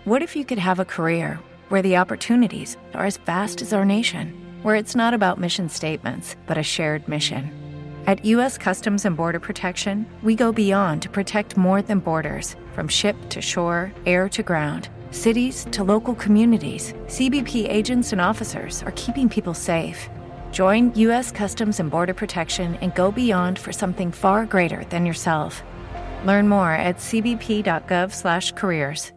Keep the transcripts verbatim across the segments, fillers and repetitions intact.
What if you could have a career where the opportunities are as vast as our nation, where it's not about mission statements, but a shared mission? At U S Customs and Border Protection, we go beyond to protect more than borders. From ship to shore, air to ground, cities to local communities, C B P agents and officers are keeping people safe. Join U S Customs and Border Protection and go beyond for something far greater than yourself. Learn more at c b p dot gov slash careers.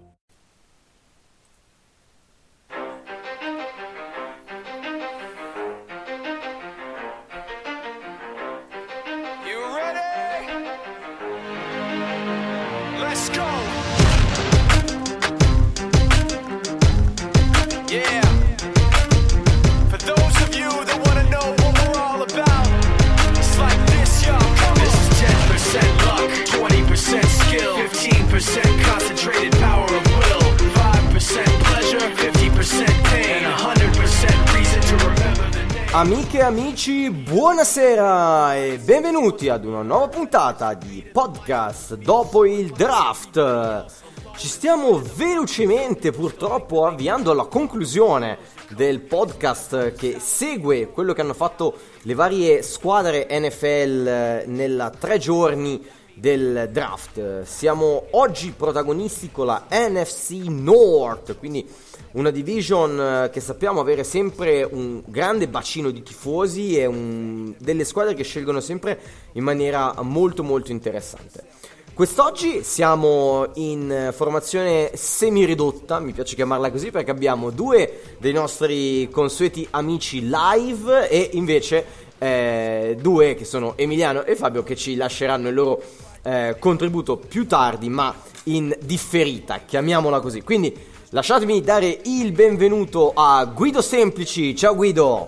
Amiche e amici, buonasera e benvenuti ad una nuova puntata di podcast dopo il draft. Ci stiamo velocemente purtroppo avviando alla conclusione del podcast che segue quello che hanno fatto le varie squadre N F L nella tre giorni del draft. Siamo oggi protagonisti con la N F C North, quindi una division che sappiamo avere sempre un grande bacino di tifosi e un, delle squadre che scelgono sempre in maniera molto molto interessante. Quest'oggi siamo in formazione semi-ridotta, mi piace chiamarla così perché abbiamo due dei nostri consueti amici live e invece eh, due che sono Emiliano e Fabio che ci lasceranno il loro eh, contributo più tardi ma in differita, chiamiamola così. Quindi lasciatemi dare il benvenuto a Guido Semplici. Ciao Guido.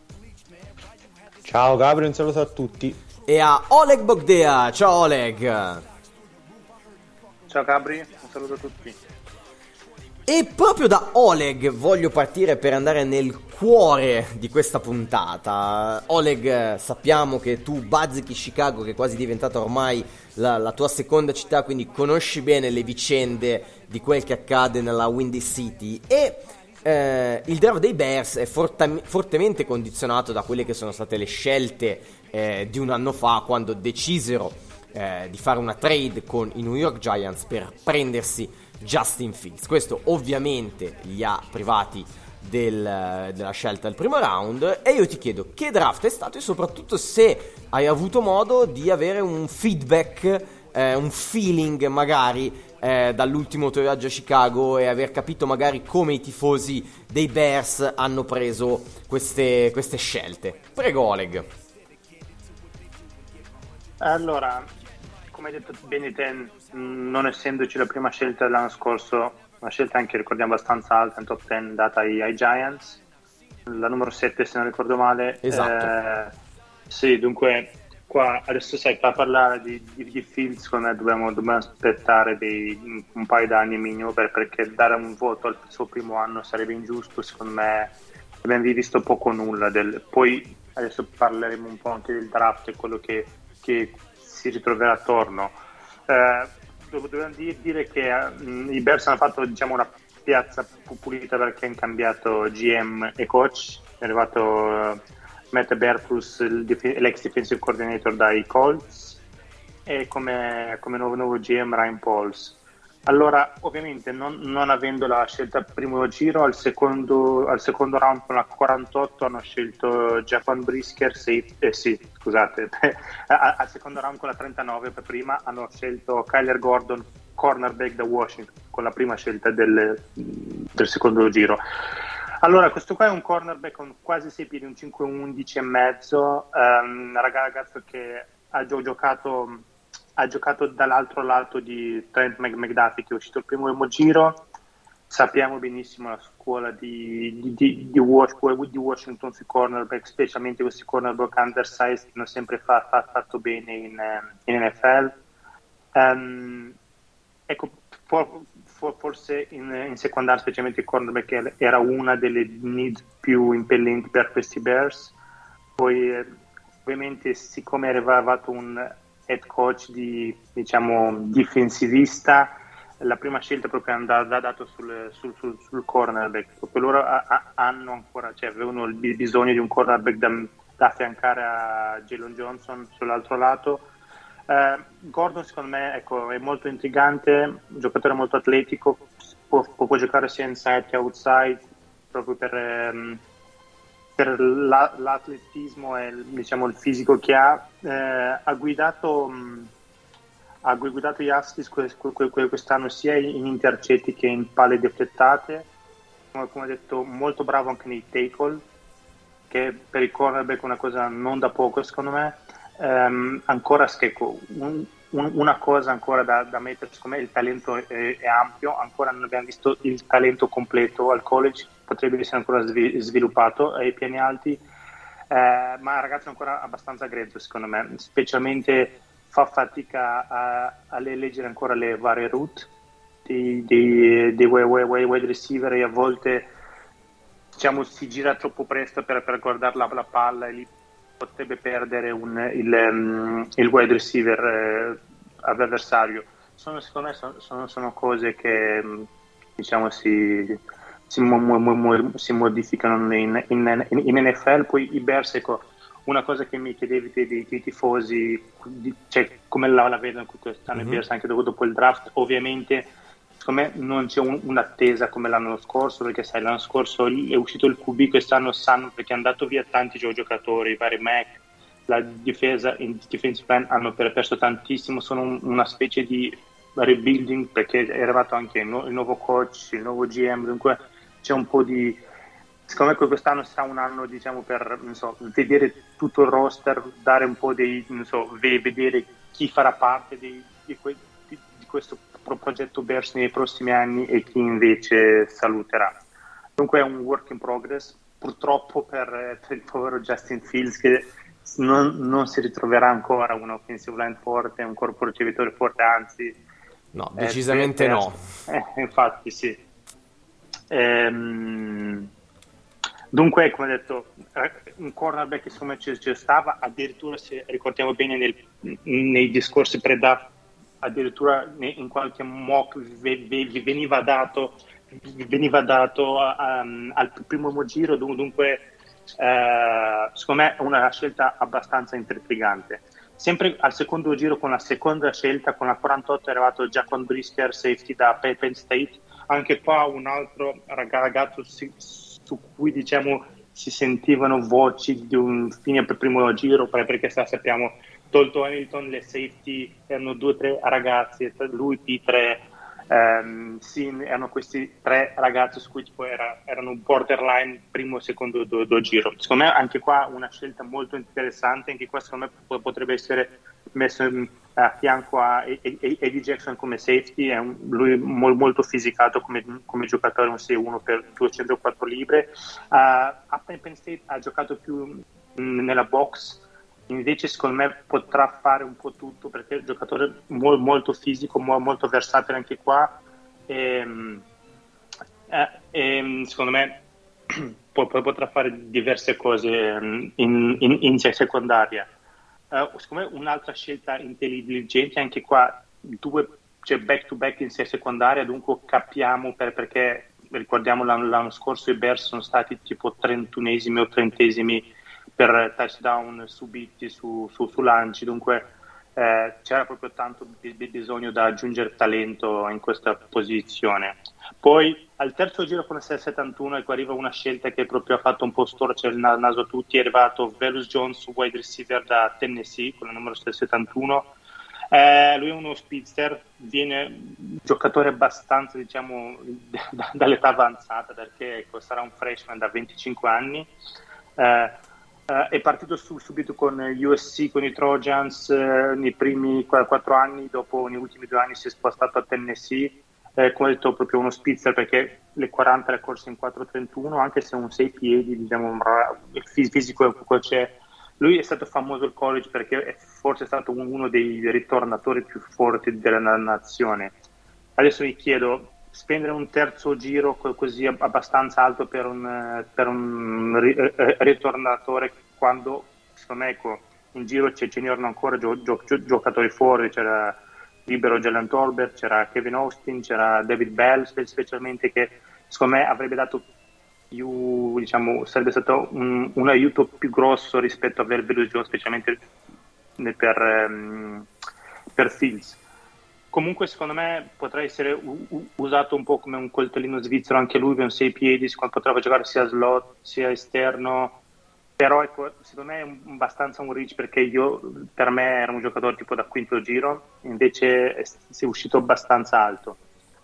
Ciao Gabriele, un saluto a tutti. E a Oleg Bogdea. Ciao Oleg. Ciao Gabri, un saluto a tutti. E proprio da Oleg voglio partire per andare nel cuore di questa puntata. Oleg, sappiamo che tu bazzichi Chicago, che è quasi diventata ormai la, la tua seconda città, quindi conosci bene le vicende di quel che accade nella Windy City. E eh, il draft dei Bears è fortam- fortemente condizionato da quelle che sono state le scelte eh, di un anno fa, quando decisero eh, di fare una trade con i New York Giants per prendersi Justin Fields. Questo ovviamente li ha privati del, della scelta del primo round. E io ti chiedo che draft è stato e soprattutto se hai avuto modo di avere un feedback, eh, un feeling magari eh, dall'ultimo tuo viaggio a Chicago e aver capito magari come i tifosi dei Bears hanno preso queste, queste scelte. Prego Oleg. Allora, come hai detto bene te, non essendoci la prima scelta dell'anno scorso, una scelta anche ricordiamo abbastanza alta in top dieci data ai, ai Giants, la numero sette se non ricordo male. Esatto. Eh, sì, dunque qua adesso sai per parlare di, di, di Fields secondo me dobbiamo, dobbiamo aspettare dei, un paio d'anni minimo per, perché dare un voto al suo primo anno sarebbe ingiusto. Secondo me abbiamo visto poco o nulla del, poi adesso parleremo un po' anche del draft e quello che, che si ritroverà attorno. Eh, dobbiamo dire che uh, i Bears hanno fatto, diciamo, una piazza pulita perché hanno cambiato G M e coach. È arrivato uh, Matt Eberflus, l'ex defensive coordinator dai Colts, e come, come nuovo, nuovo G M Ryan Pauls. Allora, ovviamente non, non avendo la scelta al primo giro, al secondo, al secondo round con la quarantotto hanno scelto Jaquan Brisker, sì, eh, sì scusate, al secondo round con la trentanove per prima hanno scelto Kyler Gordon, cornerback da Washington, con la prima scelta del, del secondo giro. Allora, questo qua è un cornerback con quasi sei piedi, un cinque undici e mezzo, um, un ragazzo che ha gio- giocato... ha giocato dall'altro lato di Trent McDuffie, che è uscito il primo giro. Sappiamo benissimo la scuola di, di, di, di, Washington sui cornerback, specialmente questi cornerback undersized che hanno sempre fa, fa, fatto bene in, in N F L. Um, ecco, for, for, forse in, in secondaria, specialmente il cornerback era una delle needs più impellenti per questi Bears. Poi eh, ovviamente siccome era arrivato un head coach di, diciamo, difensivista, la prima scelta proprio è andata dato sul, sul, sul, sul cornerback, proprio loro a, a, hanno ancora, cioè avevano il bisogno di un cornerback da, da affiancare a Jalen Johnson sull'altro lato. Uh, Gordon secondo me ecco, è molto intrigante, un giocatore molto atletico, può, può giocare sia inside che outside, proprio per, um, per la, l'atletismo e diciamo, il fisico che ha. Uh, ha guidato um, ha guidato gli Huskies quest'anno sia in intercetti che in palle deflettate, come, come ho detto molto bravo anche nei tackle, che per il cornerback è una cosa non da poco secondo me. Um, ancora ecco, un, un, una cosa ancora da, da mettere, secondo me il talento è, è ampio, ancora non abbiamo visto il talento completo al college, potrebbe essere ancora svi, sviluppato ai piani alti, eh, ma il ragazzo è ancora abbastanza grezzo secondo me, specialmente fa fatica a, a leggere ancora le varie route dei, dei, dei wide receiver e a volte diciamo, si gira troppo presto per, per guardare la, la palla e lì potrebbe perdere un, il, um, il wide receiver eh, avversario. Sono, secondo me sono, sono, sono cose che diciamo si, si, mo, mo, mo, si modificano in, in, in N F L. Poi i Bears, ecco, una cosa che mi chiedevi dei, dei tifosi, di, cioè come la, la vedono quest'anno mm-hmm. i Bears anche dopo, dopo il draft, ovviamente secondo me non c'è un, un'attesa come l'anno scorso, perché sai l'anno scorso è uscito il Q B, quest'anno sanno perché è andato via tanti giocatori, i vari Mac, la difesa in defensive line hanno perso tantissimo, sono un, una specie di rebuilding perché è arrivato anche il, nu- il nuovo coach, il nuovo G M, dunque c'è un po' di, secondo me quest'anno sarà un anno diciamo per non so, vedere tutto il roster, dare un po' dei, non so, vedere chi farà parte di, di, que- di, di questo progetto Bears nei prossimi anni e chi invece saluterà. Dunque è un work in progress, purtroppo per, per il povero Justin Fields che non, non si ritroverà ancora un offensive line forte, un corpo ricevitore forte, anzi no, decisamente eh, no eh, infatti sì. Ehm, dunque come detto un cornerback che secondo me ci, ci stava, addirittura se ricordiamo bene nel, nei discorsi pre-draft addirittura in qualche mock veniva dato veniva dato um, al primo giro, dunque uh, secondo me è una scelta abbastanza intrigante. Sempre al secondo giro con la seconda scelta con la quarantotto è arrivato Jaquan Brisker, safety da Penn State, anche qua un altro ragazzo su cui diciamo si sentivano voci di un fine per primo giro, perché sappiamo tolto Hamilton, le safety erano due o tre ragazzi, lui P tre, um, Sin, erano questi tre ragazzi su cui tipo era, erano borderline primo e secondo do, do giro. Secondo me anche qua una scelta molto interessante, anche qua secondo me potrebbe essere messo in, a fianco a Eddie Jackson come safety, è un, lui mo, molto fisicato come, come giocatore, un sei uno per duecentoquattro libbre. Uh, a Penn State ha giocato più mh, nella box, invece secondo me potrà fare un po' tutto perché è un giocatore mo- molto fisico, mo- molto versatile anche qua e, eh, e secondo me po- potrà fare diverse cose in, in, in secondaria. Uh, secondo me un'altra scelta intelligente anche qua, due, cioè back to back in secondaria, dunque capiamo per, perché ricordiamo l'anno, l'anno scorso i Bears sono stati tipo trentunesimi o trentesimi per touchdown subiti su, su, su lanci, dunque eh, c'era proprio tanto bisogno da aggiungere talento in questa posizione. Poi al terzo giro con il sei settantuno ecco, arriva una scelta che proprio ha fatto un po' storcere il naso a tutti, è arrivato Velus Jones, wide receiver da Tennessee con il numero sei settantuno. Eh, lui è uno speedster, viene giocatore abbastanza diciamo d- dall'età avanzata perché ecco, sarà un freshman da venticinque anni. Eh, Uh, è partito su, subito con U S C, con i Trojans uh, nei primi quattro anni, dopo negli ultimi due anni si è spostato a Tennessee, eh, come ho detto proprio uno spitzer perché le quaranta le ha corse in quattro trentuno, anche se un sei piedi, diciamo, il fisico c'è. Lui è stato famoso al college perché è forse stato uno dei ritornatori più forti della nazione. Adesso vi chiedo, spendere un terzo giro così abbastanza alto per un, per un ritornatore quando secondo me ecco, in giro ce, ce n'erano ancora gio, gio, giocatori fuori, c'era libero Jalen Tolbert, c'era Kevin Austin, c'era David Bell specialmente, che secondo me avrebbe dato più, diciamo, sarebbe stato un, un aiuto più grosso rispetto a Velus Jones, specialmente per, um, per Fields. Comunque secondo me potrà essere u- usato un po' come un coltellino svizzero anche lui, con sei piedi, potrebbe giocare sia slot sia esterno, però ecco, secondo me è un, abbastanza un reach, perché io, per me era un giocatore tipo da quinto giro, invece è, è uscito abbastanza alto.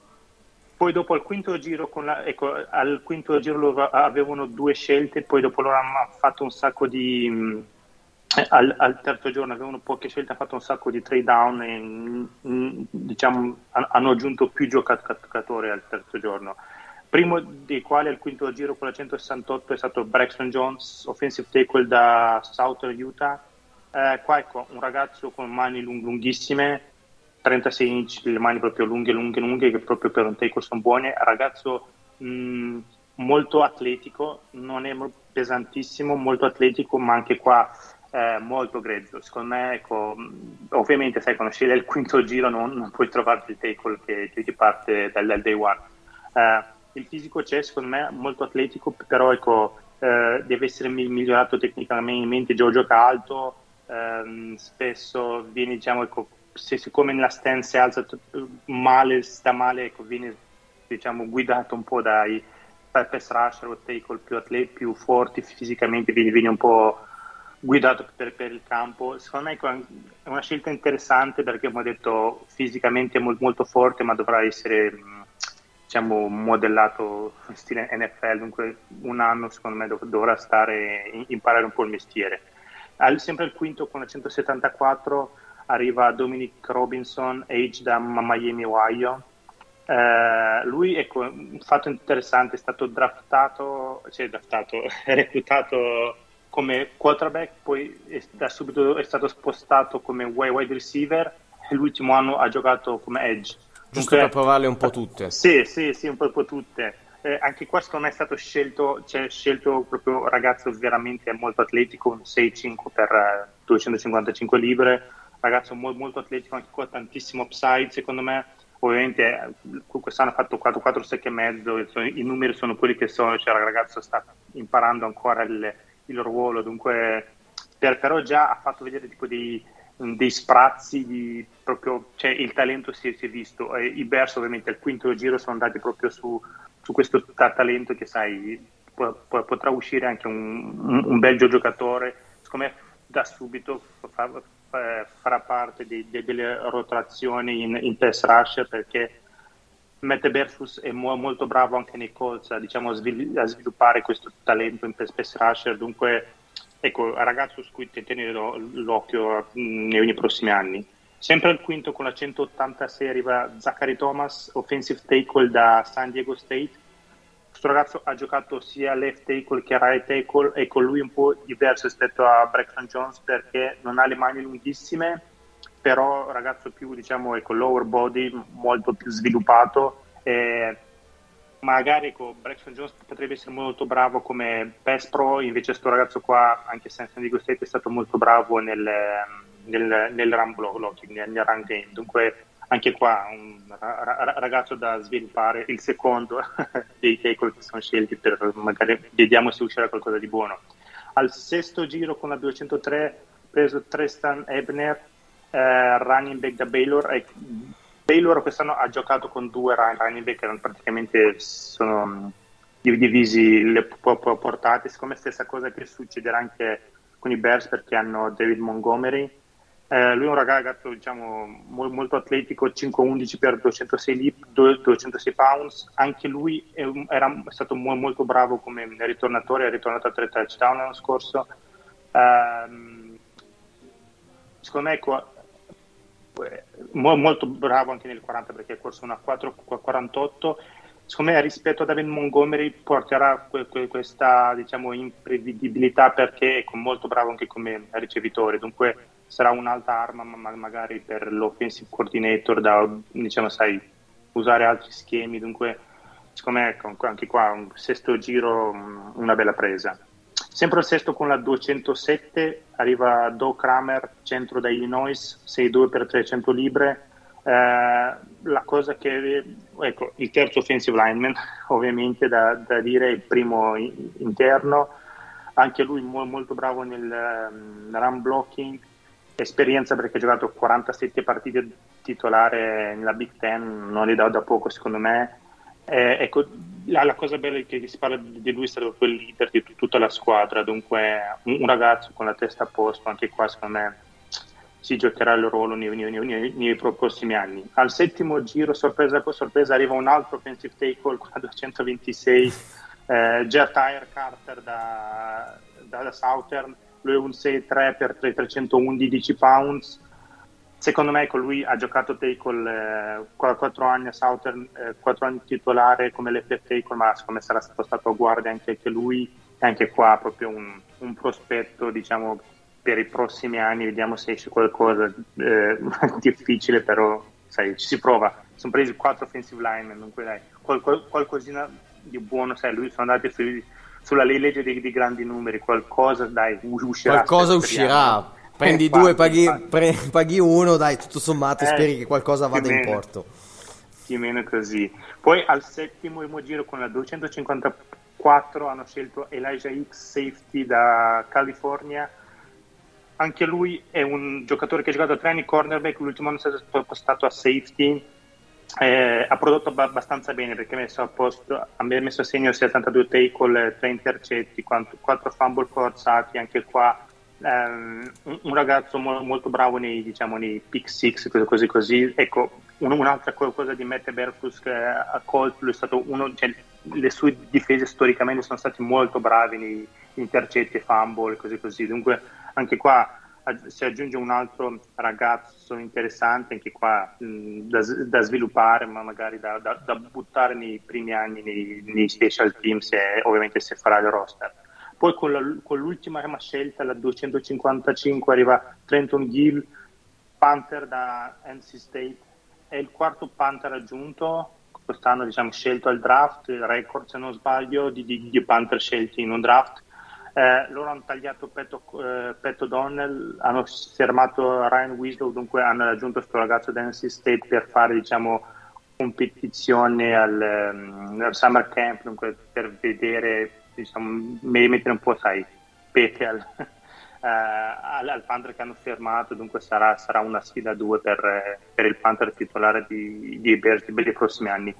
Poi dopo al quinto giro, con la, ecco, al quinto giro loro avevano due scelte, poi dopo loro hanno fatto un sacco di... Mh, al, al terzo giorno avevano poche scelte, hanno fatto un sacco di trade down e mh, diciamo, hanno aggiunto più giocatori al terzo giorno. Primo dei quali al quinto giro con la centosessantotto è stato Braxton Jones, offensive tackle da Southern Utah. Eh, qua ecco, un ragazzo con mani lung- lunghissime, trentasei inch, le mani proprio lunghe, lunghe, lunghe, che proprio per un tackle sono buone. Ragazzo mh, molto atletico, non è pesantissimo, molto atletico, ma anche qua eh, molto grezzo. Secondo me, ecco, ovviamente sai, quando scegli il quinto giro non, non puoi trovarti il tackle che, che ti parte dal, dal day one. Eh, il fisico c'è, secondo me, molto atletico, però ecco, eh, deve essere migliorato tecnicamente, gioca alto, ehm, spesso viene, diciamo, ecco, se siccome nella stance si alza male, sta male, ecco, viene, diciamo, guidato un po' dai pass rusher o tackle più atleti, più forti fisicamente, viene, viene un po' guidato per, per il campo. Secondo me è una scelta interessante, perché come ho detto fisicamente è molto, molto forte, ma dovrà essere, diciamo, modellato in stile N F L, dunque un anno secondo me dov- dovrà stare in, imparare un po' il mestiere. Al, sempre al quinto con la centosettantaquattro arriva Dominic Robinson, age da Miami, Ohio. Eh, lui, ecco, un fatto interessante, è stato draftato, cioè draftato, reclutato come quarterback, poi è, da subito è stato spostato come wide receiver e l'ultimo anno ha giocato come edge. Giusto Dunque, per provarle un po' tutte. Sì, sì, sì, un po', un po' tutte. Eh, anche qua secondo me è stato scelto, cioè scelto proprio un ragazzo veramente molto atletico, un sei cinque per uh, duecentocinquantacinque libbre, ragazzo mo- molto atletico, anche qua tantissimo upside secondo me. Ovviamente quest'anno ha fatto quattro quattro sec e mezzo, i numeri sono quelli che sono, cioè il ragazzo sta imparando ancora il, il ruolo, dunque per, però già ha fatto vedere tipo dei, dei sprazzi di proprio, cioè il talento si, si è visto. E i Bears ovviamente al quinto giro sono andati proprio su, su questo ta- talento che sai po- po- potrà uscire anche un, un, un bel giocatore, secondo me da subito fa, fa, farà parte di, di, delle rotazioni in, in pass rusher, perché Matt Berfus è mo- molto bravo anche nei Colts a, diciamo, a, svil- a sviluppare questo talento in pass, pass rusher, dunque ecco, ragazzo su cui tenere l'occhio mh, nei prossimi anni. Sempre al quinto con la centottantasei arriva Zachary Thomas, offensive tackle da San Diego State. Questo ragazzo ha giocato sia left tackle che right tackle, e con lui un po' diverso rispetto a Braxton Jones, perché non ha le mani lunghissime, però ragazzo più, diciamo, ecco, lower body, molto più sviluppato. E magari ecco, Braxton Jones potrebbe essere molto bravo come pass pro, invece questo ragazzo qua, anche se San Diego State, è stato molto bravo nel, nel, nel run blocking, nel, nel run game. Dunque anche qua un ragazzo da sviluppare, il secondo dei tackle che sono scelti, per magari vediamo se uscirà qualcosa di buono. Al sesto giro con la duecentotre preso Tristan Ebner, eh, running back da Baylor. E Baylor quest'anno ha giocato con due running back che erano praticamente sono divisi le portate. Secondo me stessa cosa che succederà anche con i Bears, perché hanno David Montgomery. Eh, lui è un ragazzo, diciamo, mo- molto atletico, cinque undici per duecentosei, lib- duecentosei pounds. Anche lui è, era è stato mo- molto bravo come ritornatore, ha ritornato a tre touchdown l'anno scorso. Eh, secondo me ecco, mo- molto bravo anche nel quaranta, perché ha corso una quattro quarantotto. Secondo me rispetto a David Montgomery porterà que- que- questa, diciamo, imprevedibilità, perché è molto bravo anche come ricevitore, dunque sarà un'alta arma ma magari per l'offensive coordinator da, diciamo, sai, usare altri schemi. Dunque secondo me anche qua un sesto giro, una bella presa. Sempre al sesto con la duecentosette arriva Doug Kramer, centro da Illinois, sei due per trecento libbre, Eh, la cosa che, ecco, il terzo offensive lineman, ovviamente da, da dire, il primo interno, anche lui mo- molto bravo nel um, run blocking, esperienza perché ha giocato quarantasette partite titolare nella Big Ten, non le dà da poco secondo me. Eh, ecco, la, la cosa bella è che si parla di lui, è stato proprio il leader di t- tutta la squadra, dunque un, un ragazzo con la testa a posto, anche qua secondo me si giocherà il ruolo nei, nei, nei, nei prossimi anni. Al settimo giro, sorpresa sorpresa, arriva un altro offensive tackle con la duecentoventisei, eh, Jertire Carter da, da, da Southern. Lui è un sei tre per trecentoundici pounds. Secondo me con lui ha giocato tackle eh, quattro anni a Southern, eh, quattro anni titolare come left tackle, ma secondo me sarà stato stato a guardia anche, anche lui, e anche qua proprio un, un prospetto, diciamo, per i prossimi anni. Vediamo se esce qualcosa, eh, difficile, però sai, ci si prova. Sono presi quattro offensive linemen, dunque dai, qual, qual, qualcosina di buono, sai, lui sono andati su, sulla legge dei, dei grandi numeri, qualcosa dai uscirà. Qualcosa uscirà. Prendi eh, due, infatti, paghi, pre, paghi uno, dai, tutto sommato, eh, speri che qualcosa vada in porto. Più o meno così. Poi al settimo giro con la duecentocinquantaquattro hanno scelto Elijah Hicks, safety da California. Anche lui è un giocatore che ha giocato tre anni cornerback, l'ultimo anno è stato postato a safety. Eh, ha prodotto abbastanza bene perché ha messo a posto, ha messo a segno settantadue tackle, tre intercetti, quattro fumble forzati, anche qua. Um, un, un ragazzo mo- molto bravo nei, diciamo, nei pick six, così così, così. Ecco, un, un'altra cosa di Matt Eberflus che ha colto, lui è stato uno, cioè, le sue difese storicamente sono stati molto bravi nei intercetti, fumble, così così. Dunque anche qua si aggiunge un altro ragazzo interessante, anche qua mh, da, da sviluppare, ma magari da, da, da buttare nei primi anni nei, nei special teams, e ovviamente se farà il roster. Poi con, la, con l'ultima scelta, la duecentocinquantacinque, arriva Trenton Gill, Panther da N C State, è il quarto Panther aggiunto quest'anno, diciamo, scelto al draft, il record se non sbaglio di, di, di Panther scelti in un draft. Eh, loro hanno tagliato Petto, eh, Petto Donnell, hanno fermato Ryan Winslow, dunque hanno raggiunto questo ragazzo da N C State per fare, diciamo, competizione al, um, al Summer Camp, dunque per vedere, diciamo, mettere un po', sai, pete al, uh, al, al Panther che hanno fermato, dunque sarà, sarà una sfida a due per, per il Panther titolare di, di Bears per i prossimi anni.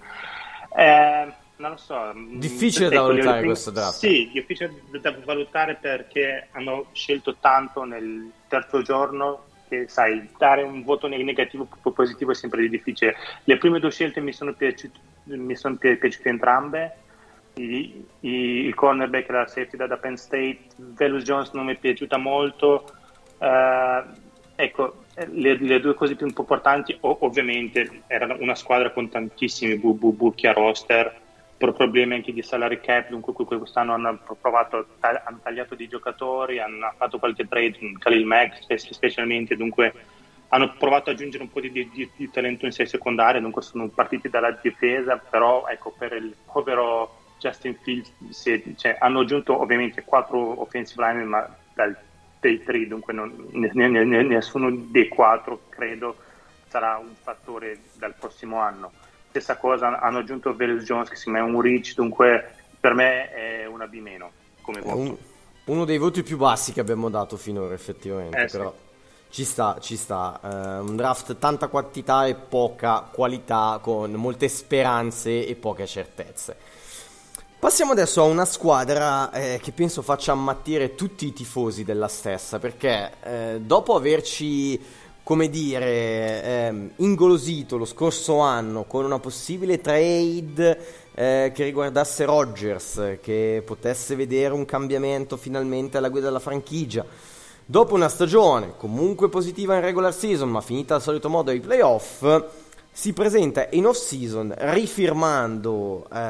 Eh, non lo so. Difficile da valutare primi, questo draft. Sì, difficile da valutare perché hanno scelto tanto nel terzo giorno che, sai, dare un voto negativo o positivo è sempre difficile. Le prime due scelte mi sono piaciute, mi sono piaciute entrambe. I, i, il cornerback e la safety da Penn State, Velus Jones non mi è piaciuta molto. Uh, ecco, le, le due cose più importanti, o, ovviamente era una squadra con tantissimi bu, bu, buchi a roster, per problemi anche di salary cap, dunque quest'anno hanno provato, hanno tagliato dei giocatori, hanno fatto qualche trade, Khalil Mack specialmente, dunque hanno provato ad aggiungere un po' di, di, di talento in sei secondaria, dunque sono partiti dalla difesa, però ecco, per il povero Justin Fields se, cioè, hanno aggiunto ovviamente quattro offensive linemen, ma dal day tre, dunque non, ne, ne, ne, nessuno dei quattro credo sarà un fattore dal prossimo anno. Stessa cosa, hanno aggiunto Velus Jones che si è un reach, dunque per me è una B meno come voto. Un, uno dei voti più bassi che abbiamo dato finora effettivamente, eh, però sì. ci sta, ci sta. Uh, un draft tanta quantità e poca qualità, con molte speranze e poche certezze. Passiamo adesso a una squadra eh, che penso faccia ammattire tutti i tifosi della stessa, perché eh, dopo averci, come dire, ehm, ingolosito lo scorso anno con una possibile trade eh, che riguardasse Rodgers, che potesse vedere un cambiamento finalmente alla guida della franchigia, dopo una stagione comunque positiva in regular season ma finita al solito modo ai playoff, si presenta in off season rifirmando eh,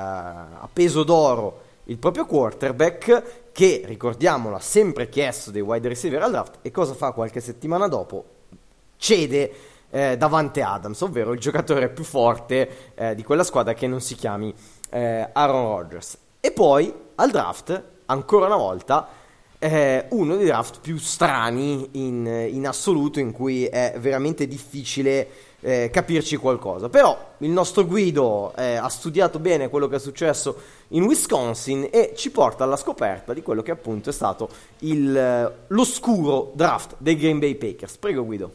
a peso d'oro il proprio quarterback, che, ricordiamolo, ha sempre chiesto dei wide receiver al draft, e cosa fa qualche settimana dopo? Cede eh, Davante Adams, ovvero il giocatore più forte eh, di quella squadra che non si chiami eh, Aaron Rodgers. E poi al draft, ancora una volta, eh, uno dei draft più strani in, in assoluto, in cui è veramente difficile eh, capirci qualcosa. Però il nostro Guido eh, ha studiato bene quello che è successo in Wisconsin e ci porta alla scoperta di quello che appunto è stato il, l'oscuro draft dei Green Bay Packers. Prego Guido.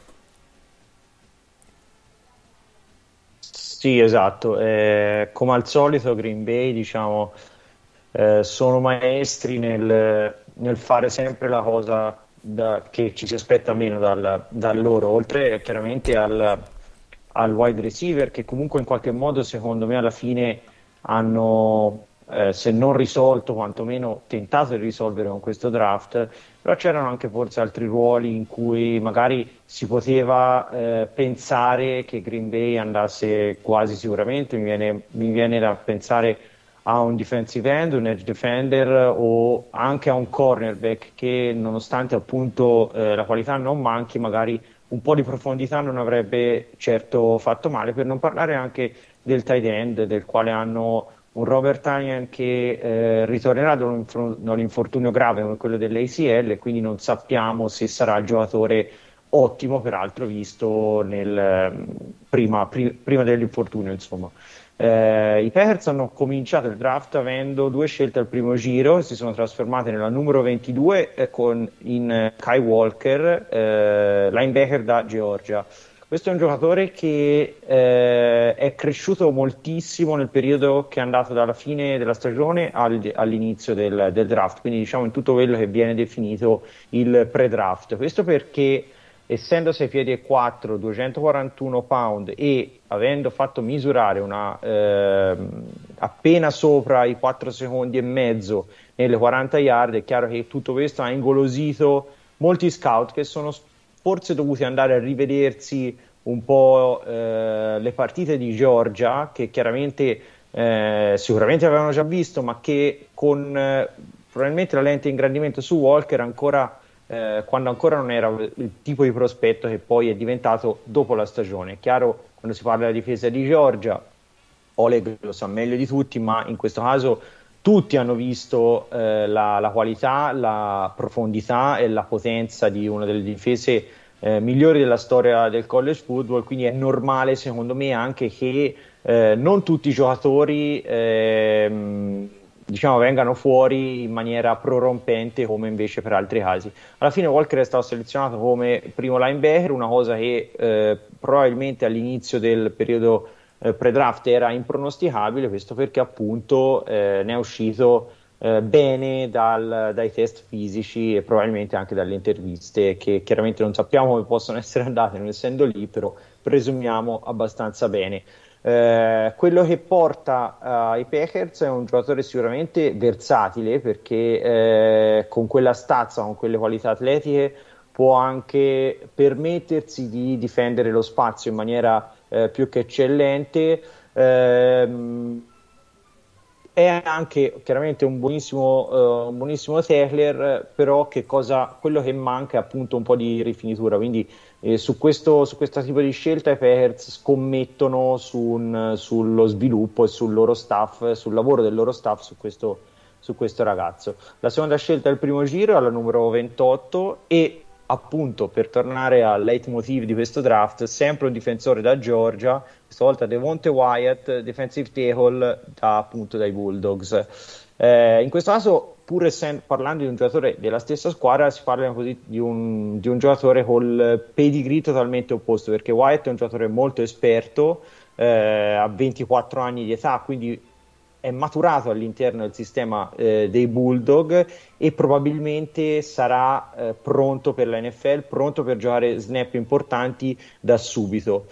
Sì, esatto, eh, come al solito Green Bay, diciamo, eh, sono maestri nel, nel fare sempre la cosa da, che ci si aspetta meno dal, da loro, oltre chiaramente al, al wide receiver, che comunque in qualche modo secondo me alla fine hanno, eh, se non risolto, quantomeno tentato di risolvere con questo draft. Però c'erano anche forse altri ruoli in cui magari si poteva eh, pensare che Green Bay andasse quasi sicuramente. Mi viene, mi viene da pensare a un defensive end, un edge defender o anche a un cornerback che, nonostante appunto eh, la qualità non manchi, magari un po' di profondità non avrebbe certo fatto male, per non parlare anche del tight end, del quale hanno un Robert Tonyan che eh, ritornerà da un, da un infortunio grave come quello dell'A C L, quindi non sappiamo se sarà il giocatore ottimo, peraltro visto nel, prima, pri, prima dell'infortunio, insomma. Eh, i Packers hanno cominciato il draft avendo due scelte al primo giro, si sono trasformate nella numero ventidue eh, con in eh, Kai Walker, eh, linebacker da Georgia. Questo è un giocatore che eh, è cresciuto moltissimo nel periodo che è andato dalla fine della stagione al, all'inizio del, del draft, quindi diciamo in tutto quello che viene definito il pre-draft. Questo perché, essendo sei piedi e quattro, duecentoquarantuno pound e avendo fatto misurare una eh, appena sopra i quattro secondi e mezzo nelle quaranta yard, è chiaro che tutto questo ha ingolosito molti scout che sono forse dovuti andare a rivedersi un po' eh, le partite di Georgia, che chiaramente eh, sicuramente avevano già visto, ma che con eh, probabilmente la lente ingrandimento su Walker ancora eh, quando ancora non era il tipo di prospetto che poi è diventato dopo la stagione. È chiaro, quando si parla della difesa di Georgia, Oleg lo sa meglio di tutti, ma in questo caso tutti hanno visto eh, la, la qualità, la profondità e la potenza di una delle difese eh, migliori della storia del college football, quindi è normale secondo me anche che eh, non tutti i giocatori eh, diciamo vengano fuori in maniera prorompente come invece per altri casi. Alla fine Walker è stato selezionato come primo linebacker, una cosa che eh, probabilmente all'inizio del periodo Eh, pre-draft era impronosticabile, questo perché appunto eh, ne è uscito eh, bene dal, dai test fisici e probabilmente anche dalle interviste, che chiaramente non sappiamo come possono essere andate non essendo lì, però presumiamo abbastanza bene. Eh, quello che porta uh, i Packers è un giocatore sicuramente versatile, perché eh, con quella stazza, con quelle qualità atletiche può anche permettersi di difendere lo spazio in maniera Eh, più che eccellente. Ehm, è anche chiaramente un buonissimo, uh, un buonissimo tackler, però che cosa, quello che manca è appunto un po' di rifinitura, quindi eh, su questo su questo tipo di scelta i Packers scommettono su un, sullo sviluppo e sul loro staff, sul lavoro del loro staff su questo, su questo ragazzo. La seconda scelta è il primo giro, alla numero ventotto, e appunto, per tornare al leitmotiv di questo draft, sempre un difensore da Georgia, questa volta Devonte Wyatt, defensive tackle da, appunto dai Bulldogs. Eh, in questo caso, pur essendo, parlando di un giocatore della stessa squadra, si parla così di un, di un giocatore col pedigree totalmente opposto, perché Wyatt è un giocatore molto esperto, eh, ha ventiquattro anni di età, quindi è maturato all'interno del sistema eh, dei Bulldog e probabilmente sarà eh, pronto per la N F L, pronto per giocare snap importanti da subito.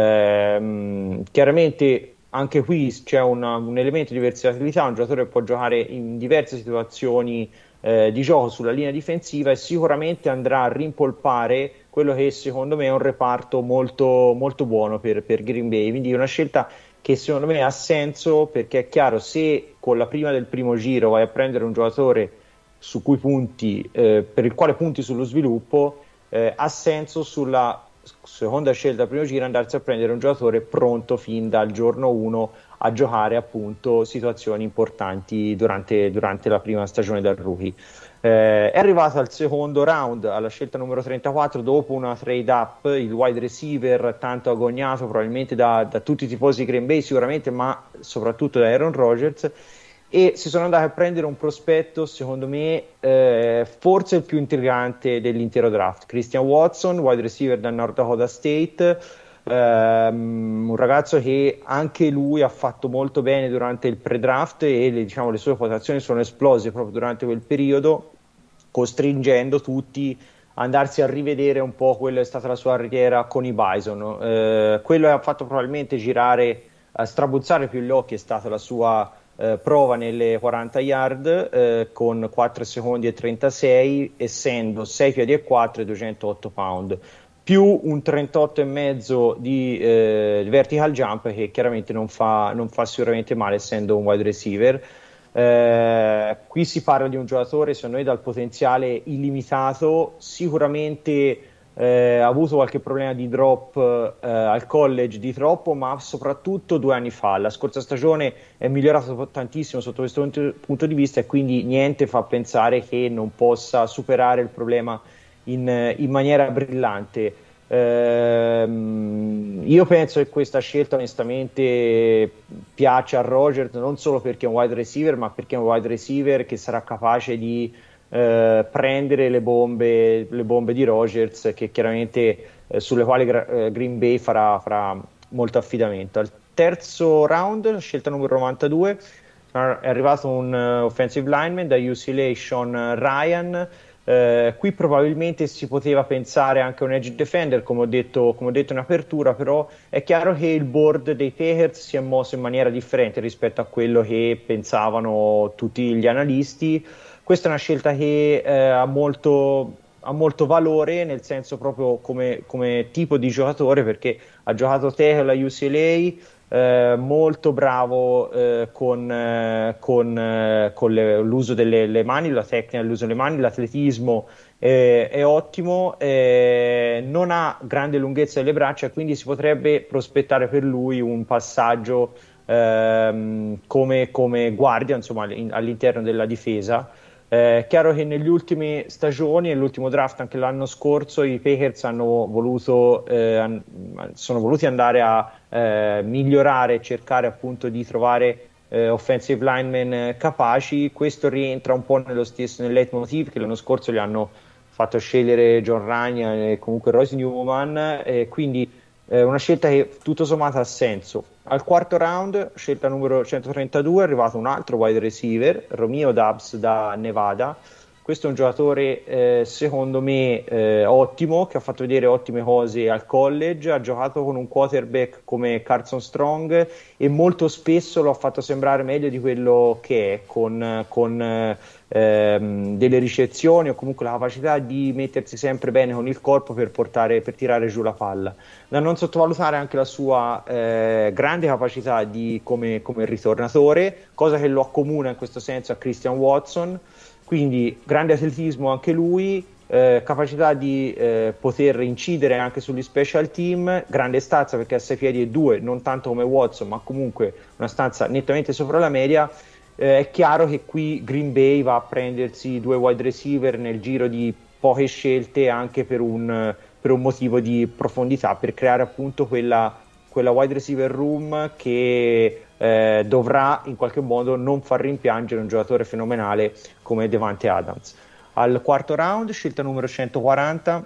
Ehm, chiaramente anche qui c'è una, un elemento di versatilità, un giocatore che può giocare in diverse situazioni eh, di gioco sulla linea difensiva e sicuramente andrà a rimpolpare quello che secondo me è un reparto molto, molto buono per, per Green Bay, quindi una scelta che secondo me ha senso, perché è chiaro, se con la prima del primo giro vai a prendere un giocatore su cui punti, eh, per il quale punti sullo sviluppo, eh, ha senso sulla seconda scelta al primo giro, andarsi a prendere un giocatore pronto fin dal giorno uno a giocare appunto situazioni importanti durante, durante la prima stagione da rookie. Eh, è arrivato al secondo round, alla scelta numero trentaquattro, dopo una trade up, il wide receiver tanto agognato probabilmente da, da tutti i tifosi di Green Bay sicuramente, ma soprattutto da Aaron Rodgers, e si sono andati a prendere un prospetto secondo me eh, forse il più intrigante dell'intero draft, Christian Watson, wide receiver da North Dakota State, ehm, un ragazzo che anche lui ha fatto molto bene durante il pre-draft e le, diciamo, le sue quotazioni sono esplose proprio durante quel periodo, costringendo tutti a andarsi a rivedere un po' quello che è stata la sua carriera con i Bison. Eh, quello che ha fatto probabilmente girare, a strabuzzare più gli occhi è stata la sua eh, prova nelle quaranta yard eh, con quattro secondi e trentasei, essendo sei piedi e quattro e duecentootto pound, più un trentotto e mezzo di eh, vertical jump che chiaramente non fa, non fa sicuramente male essendo un wide receiver. Eh, qui si parla di un giocatore secondo me dal potenziale illimitato, sicuramente eh, ha avuto qualche problema di drop eh, al college di troppo, ma soprattutto due anni fa, la scorsa stagione è migliorato tantissimo sotto questo punto di vista e quindi niente fa pensare che non possa superare il problema in, in maniera brillante. Ehm, io penso che questa scelta onestamente piace a Rodgers non solo perché è un wide receiver, ma perché è un wide receiver che sarà capace di eh, prendere le bombe, le bombe di Rodgers, che chiaramente eh, sulle quali eh, Green Bay farà, farà molto affidamento. Al terzo round, scelta numero novantadue, è arrivato un uh, offensive lineman da U C L A, Sean Ryan. Uh, qui probabilmente si poteva pensare anche a un edge defender, come ho detto, come ho detto in apertura, però è chiaro che il board dei Packers si è mosso in maniera differente rispetto a quello che pensavano tutti gli analisti. Questa è una scelta che eh, ha molto ha molto valore, nel senso proprio come, come tipo di giocatore, perché ha giocato tackle alla U C L A, eh, molto bravo eh, con, eh, con, eh, con le, l'uso delle le mani, la tecnica dell'uso delle mani, l'atletismo eh, è ottimo, eh, non ha grande lunghezza delle braccia, quindi si potrebbe prospettare per lui un passaggio ehm, come, come guardia, insomma, in, all'interno della difesa. È eh, chiaro che negli ultime stagioni, nell'ultimo draft anche l'anno scorso, i Packers hanno voluto, eh, an- sono voluti andare a eh, migliorare e cercare appunto di trovare eh, offensive linemen capaci. Questo rientra un po' nello stesso nel leitmotiv che l'anno scorso gli hanno fatto scegliere John Ryan e comunque Royce Newman, e quindi eh, una scelta che tutto sommato ha senso. Al quarto round, scelta numero centotrentadue, è arrivato un altro wide receiver, Romeo Doubs da Nevada. Questo è un giocatore eh, secondo me eh, ottimo, che ha fatto vedere ottime cose al college, ha giocato con un quarterback come Carson Strong e molto spesso lo ha fatto sembrare meglio di quello che è, con, con ehm, delle ricezioni o comunque la capacità di mettersi sempre bene con il corpo per, portare, per tirare giù la palla. Da non sottovalutare anche la sua eh, grande capacità di, come, come ritornatore, cosa che lo accomuna in questo senso a Christian Watson. Quindi grande atletismo anche lui, eh, capacità di eh, poter incidere anche sugli special team, grande stazza perché ha sei piedi e due, non tanto come Watson, ma comunque una stanza nettamente sopra la media. Eh, è chiaro che qui Green Bay va a prendersi due wide receiver nel giro di poche scelte, anche per un, per un motivo di profondità, per creare appunto quella, quella wide receiver room che Eh, dovrà in qualche modo non far rimpiangere un giocatore fenomenale come Davante Adams. Al quarto round, scelta numero centoquaranta,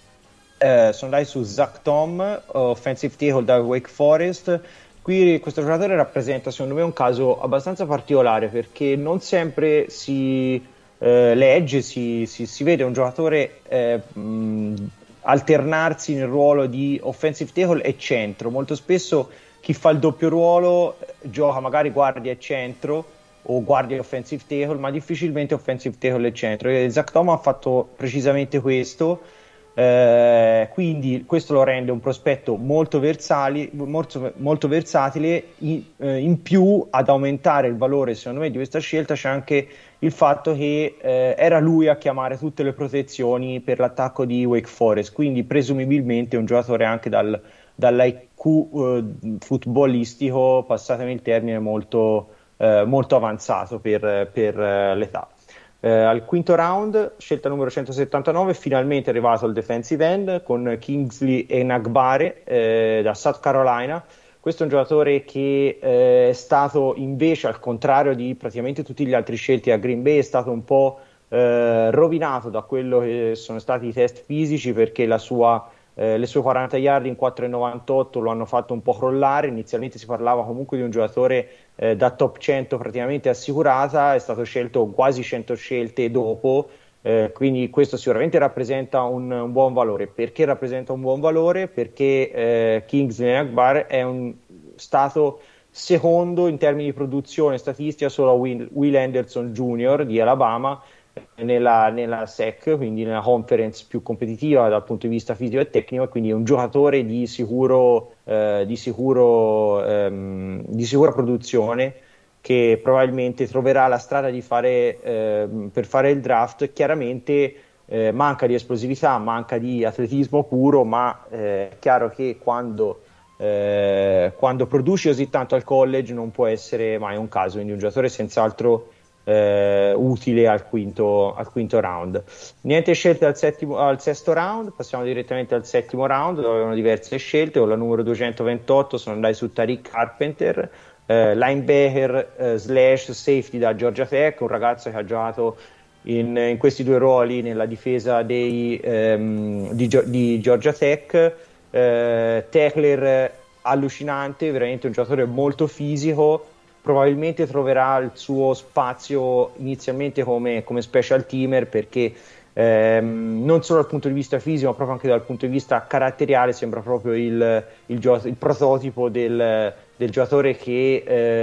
eh, sono andati su Zach Tom, offensive tackle da Wake Forest. Qui questo giocatore rappresenta secondo me un caso abbastanza particolare, perché non sempre si eh, legge, si, si, si vede un giocatore eh, mh, alternarsi nel ruolo di offensive tackle e centro. Molto spesso chi fa il doppio ruolo gioca magari guardia e centro o guardia e offensive tackle, ma difficilmente offensive tackle e centro. E Zach Tom ha fatto precisamente questo. Eh, quindi questo lo rende un prospetto molto, versali, molto, molto versatile. In, eh, in più, ad aumentare il valore secondo me di questa scelta c'è anche il fatto che eh, era lui a chiamare tutte le protezioni per l'attacco di Wake Forest, quindi presumibilmente un giocatore anche dal, dall'I Q eh, futbolistico, passatemi il termine, molto, eh, molto avanzato per, per eh, l'età. Eh, al quinto round, scelta numero centosettantanove, finalmente è arrivato il defensive end con Kingsley Enagbare eh, da South Carolina. Questo è un giocatore che eh, è stato invece, al contrario di praticamente tutti gli altri scelti a Green Bay, è stato un po' eh, rovinato da quello che sono stati i test fisici, perché la sua Eh, le sue quaranta yard in quattro virgola novantotto lo hanno fatto un po' crollare. Inizialmente si parlava comunque di un giocatore eh, da top cento praticamente assicurata, è stato scelto quasi cento scelte dopo, eh, quindi questo sicuramente rappresenta un, un buon valore. Perché rappresenta un buon valore? Perché eh, Kingsley Enagbare è un, stato secondo in termini di produzione statistica solo a Will, Will Anderson junior di Alabama, nella, nella S E C, quindi nella conference più competitiva dal punto di vista fisico e tecnico, e quindi è un giocatore di sicuro eh, di sicuro ehm, di sicura produzione, che probabilmente troverà la strada di fare eh, per fare il draft. Chiaramente eh, manca di esplosività, manca di atletismo puro, ma eh, è chiaro che quando eh, quando produci così tanto al college non può essere mai un caso, quindi un giocatore senz'altro Eh, utile al quinto, al quinto round. Niente scelte al, settimo, al sesto round, passiamo direttamente al settimo round, dove avevano diverse scelte. Con la numero duecentoventotto sono andati su Tariq Carpenter, eh, linebacker eh, slash safety da Georgia Tech, un ragazzo che ha giocato in, in questi due ruoli nella difesa dei, ehm, di, di Georgia Tech. eh, tackler allucinante, veramente un giocatore molto fisico. Probabilmente troverà il suo spazio inizialmente come, come special teamer, perché ehm, non solo dal punto di vista fisico, ma proprio anche dal punto di vista caratteriale sembra proprio il, il, gio- il prototipo del, del giocatore che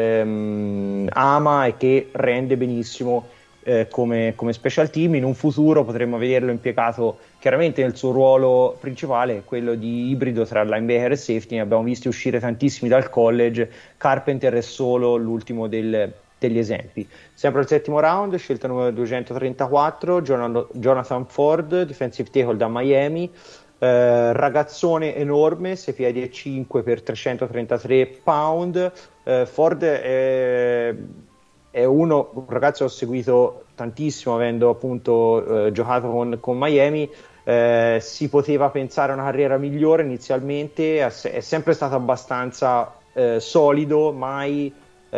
ehm, ama e che rende benissimo eh, come, come special team. In un futuro potremmo vederlo impiegato chiaramente nel suo ruolo principale, quello di ibrido tra linebacker e safety. Ne abbiamo visti uscire tantissimi dal college. Carpenter è solo l'ultimo del, degli esempi. Sempre al settimo round, scelta numero duecentotrentaquattro, Jonathan Ford, defensive tackle da Miami. Eh, ragazzone enorme, sei piedi e cinque per trecentotrentatré pound. Eh, Ford è, è uno, un ragazzo che ho seguito tantissimo, avendo appunto eh, giocato con, con Miami. Eh, si poteva pensare a una carriera migliore inizialmente, è, è sempre stato abbastanza eh, solido, mai,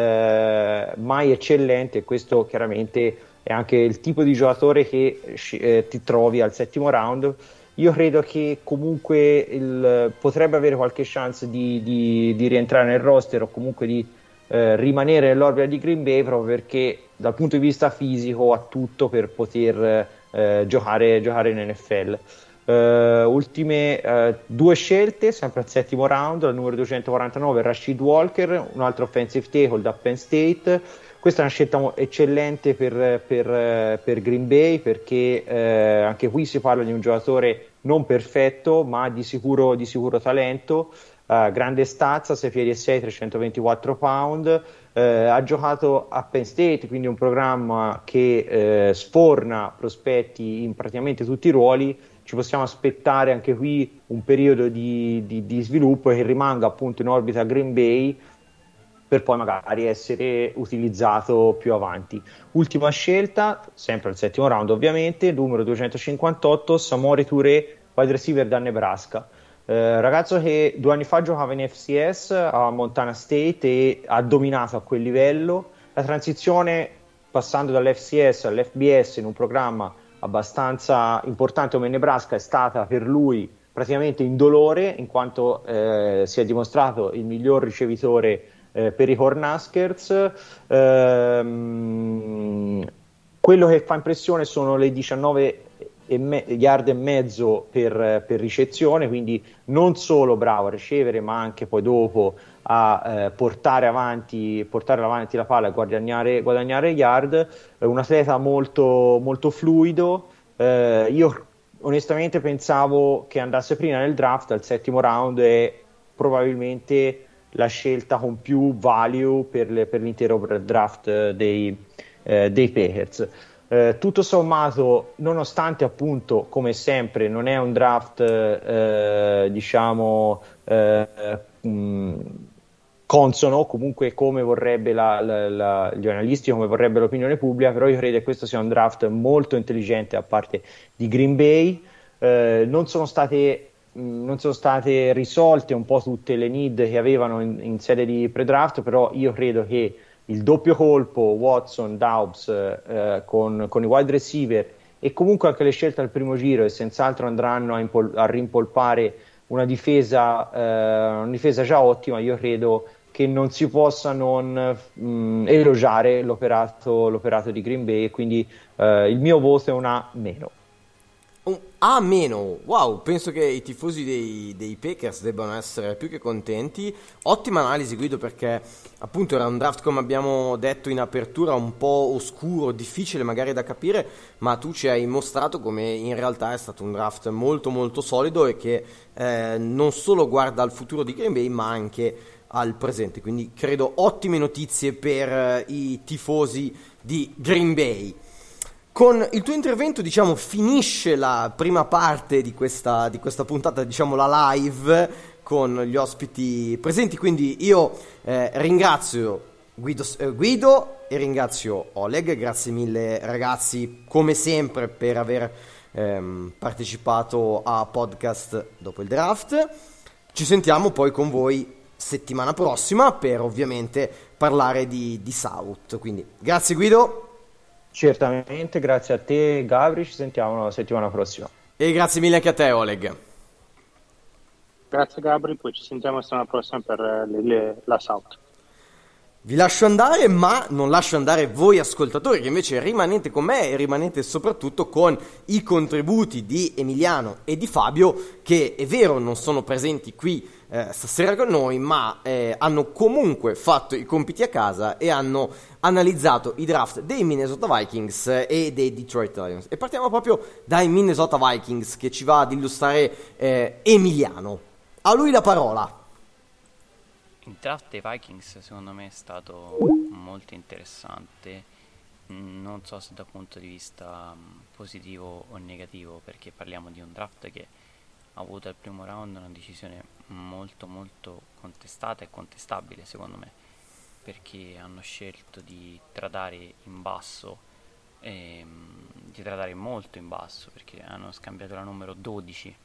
eh, mai eccellente, e questo chiaramente è anche il tipo di giocatore che eh, ti trovi al settimo round. Io credo che comunque il, potrebbe avere qualche chance di, di, di rientrare nel roster, o comunque di eh, rimanere nell'orbita di Green Bay, proprio perché dal punto di vista fisico ha tutto per poter eh, giocare, giocare in N F L. Uh, ultime uh, due scelte, sempre al settimo round, al numero duecentoquarantanove Rashid Walker, un altro offensive tackle da Penn State. Questa è una scelta eccellente per, per, per Green Bay, perché eh, anche qui si parla di un giocatore non perfetto, ma di sicuro, di sicuro talento. Uh, grande stazza, sei piedi e sei, trecentoventiquattro pound. Uh, ha giocato a Penn State, quindi un programma che eh, sforna prospetti in praticamente tutti i ruoli. Ci possiamo aspettare anche qui un periodo di, di, di sviluppo, che rimanga appunto in orbita Green Bay, per poi magari essere utilizzato più avanti. Ultima scelta, sempre al settimo round ovviamente, numero duecentocinquantotto, Samori Touré, wide receiver da Nebraska. Eh, ragazzo che due anni fa giocava in F C S a Montana State e ha dominato a quel livello. La transizione passando dall'F C S all'F B S in un programma abbastanza importante come Nebraska è stata per lui praticamente indolore, in quanto eh, si è dimostrato il miglior ricevitore eh, per i Cornhuskers. Ehm, quello che fa impressione sono le diciannove e me- yard e mezzo per, per ricezione, quindi non solo bravo a ricevere, ma anche poi dopo a eh, portare avanti portare avanti la palla e guadagnare, guadagnare yard. Eh, un atleta molto, molto fluido. Eh, io onestamente pensavo che andasse prima nel draft al settimo round, e probabilmente la scelta con più value per, le, per l'intero draft dei, eh, dei Packers. Eh, tutto sommato, nonostante appunto, come sempre, non è un draft eh, diciamo eh, mh, consono comunque come vorrebbe la, la, la, gli analisti, come vorrebbe l'opinione pubblica, però io credo che questo sia un draft molto intelligente da parte di Green Bay. Eh, non sono state non sono state risolte un po' tutte le need che avevano in, in sede di pre-draft, però io credo che il doppio colpo Watson, Doubs eh, con, con i wide receiver, e comunque anche le scelte al primo giro, e senz'altro andranno a, impol- a rimpolpare una difesa, eh, una difesa già ottima. Io credo che non si possa non mh, elogiare l'operato, l'operato di Green Bay, quindi eh, il mio voto è un A meno. Un A meno, wow, penso che i tifosi dei, dei Packers debbano essere più che contenti. Ottima analisi, Guido, perché appunto era un draft, come abbiamo detto in apertura, un po' oscuro, difficile magari da capire, ma tu ci hai mostrato come in realtà è stato un draft molto molto solido e che eh, non solo guarda al futuro di Green Bay ma anche al presente, quindi credo ottime notizie per eh, i tifosi di Green Bay. Con il tuo intervento, diciamo, finisce la prima parte di questa, di questa puntata, diciamo la live, con gli ospiti presenti, quindi io eh, ringrazio Guido, eh, Guido e ringrazio Oleg, grazie mille ragazzi, come sempre, per aver ehm, partecipato a podcast dopo il draft. Ci sentiamo poi con voi settimana prossima per ovviamente parlare di, di South, quindi grazie Guido. Certamente, grazie a te Gabri, ci sentiamo la settimana prossima. E grazie mille anche a te Oleg. Grazie Gabri, poi ci sentiamo la settimana prossima per le, le, la South. Vi lascio andare, ma non lascio andare voi ascoltatori, che invece rimanete con me e rimanete soprattutto con i contributi di Emiliano e di Fabio, che è vero non sono presenti qui eh, stasera con noi, ma eh, hanno comunque fatto i compiti a casa e hanno analizzato i draft dei Minnesota Vikings e dei Detroit Lions. E partiamo proprio dai Minnesota Vikings, che ci va ad illustrare eh, Emiliano. A lui la parola. Il draft dei Vikings secondo me è stato molto interessante, non so se dal punto di vista positivo o negativo, perché parliamo di un draft che ha avuto al primo round una decisione molto molto contestata e contestabile secondo me, perché hanno scelto di tradare in basso, ehm, di tradare molto in basso, perché hanno scambiato la numero dodici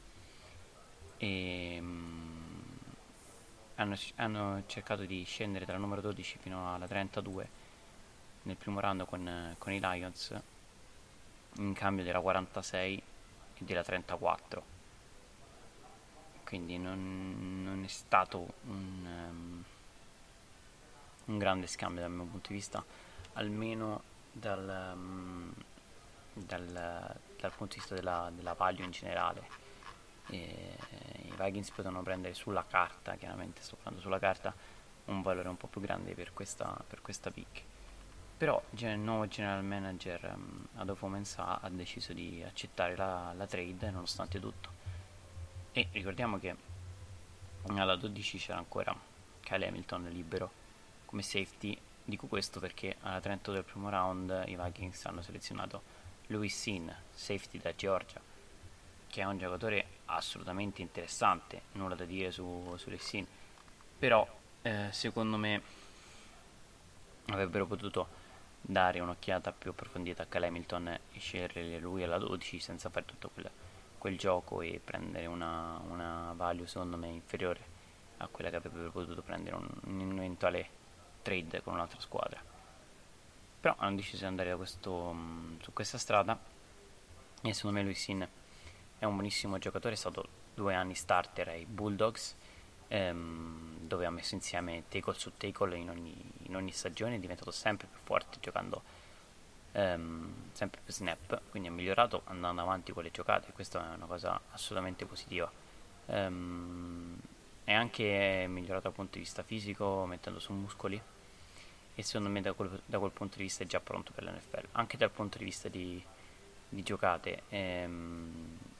e Hanno, hanno cercato di scendere dalla numero dodici fino alla trentadue nel primo round con, con i Lions, in cambio della quarantasei e della trentaquattro. Quindi non, non è stato un, um, un grande scambio dal mio punto di vista, almeno dal, um, dal, dal punto di vista della, della value in generale. E i Vikings potevano prendere sulla carta, chiaramente sto parlando sulla carta, un valore un po' più grande per questa, per questa pick. Però il nuovo general manager um, Adolfo Mensah ha deciso di accettare la, la trade nonostante tutto, e ricordiamo che alla dodici c'era ancora Kyle Hamilton libero come safety. Dico questo perché alla trentadue del primo round i Vikings hanno selezionato Louis Sin, safety da Georgia, che è un giocatore assolutamente interessante, nulla da dire su, su Sin, però eh, secondo me avrebbero potuto dare un'occhiata più approfondita a Kyle Hamilton e scegliere lui alla dodici senza fare tutto quel, quel gioco e prendere una, una value secondo me inferiore a quella che avrebbero potuto prendere un, un eventuale trade con un'altra squadra. Però hanno deciso di andare da questo, mh, su questa strada, e secondo me Louis Sin è un buonissimo giocatore, è stato due anni starter ai Bulldogs, ehm, dove ha messo insieme tackle su tackle in ogni, in ogni stagione, è diventato sempre più forte giocando ehm, sempre più snap, quindi è migliorato andando avanti con le giocate, e questa è una cosa assolutamente positiva. Ehm, è anche migliorato dal punto di vista fisico, mettendo su muscoli, e secondo me da quel, da quel punto di vista è già pronto per l'N F L, anche dal punto di vista di, di giocate. Ehm,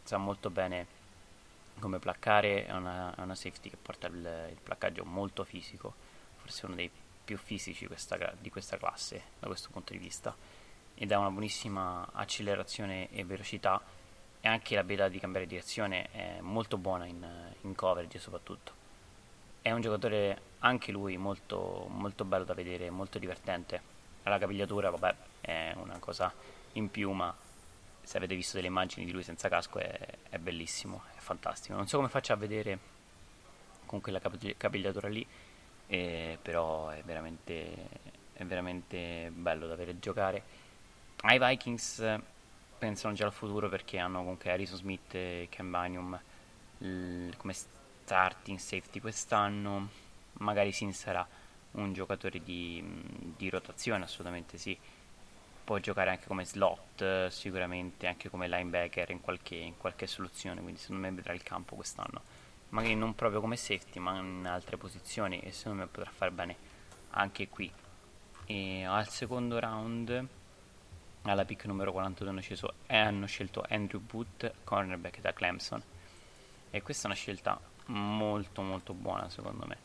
sa molto bene come placcare, è una, è una safety che porta il, il placcaggio molto fisico, forse uno dei più fisici questa, di questa classe da questo punto di vista, ed ha una buonissima accelerazione e velocità, e anche l'abilità di cambiare direzione è molto buona in, in coverage soprattutto. È un giocatore anche lui molto, molto bello da vedere, molto divertente. La capigliatura, vabbè, è una cosa in più, ma se avete visto delle immagini di lui senza casco è, è bellissimo, è fantastico. Non so come faccia a vedere con quella capigli- capigliatura lì, eh, però è veramente, è veramente bello da vedere giocare. Ai Vikings eh, pensano già al futuro, perché hanno comunque Harrison Smith e Cam Bynum l- come starting safety quest'anno. Magari Sin sarà un giocatore di, di rotazione, assolutamente sì. Può giocare anche come slot, sicuramente anche come linebacker in qualche, in qualche soluzione, quindi secondo me vedrà il campo quest'anno, magari non proprio come safety ma in altre posizioni, e secondo me potrà fare bene anche qui. E al secondo round, alla pick numero quarantadue, hanno scelto, eh, hanno scelto Andrew Booth, cornerback da Clemson, e questa è una scelta molto molto buona secondo me,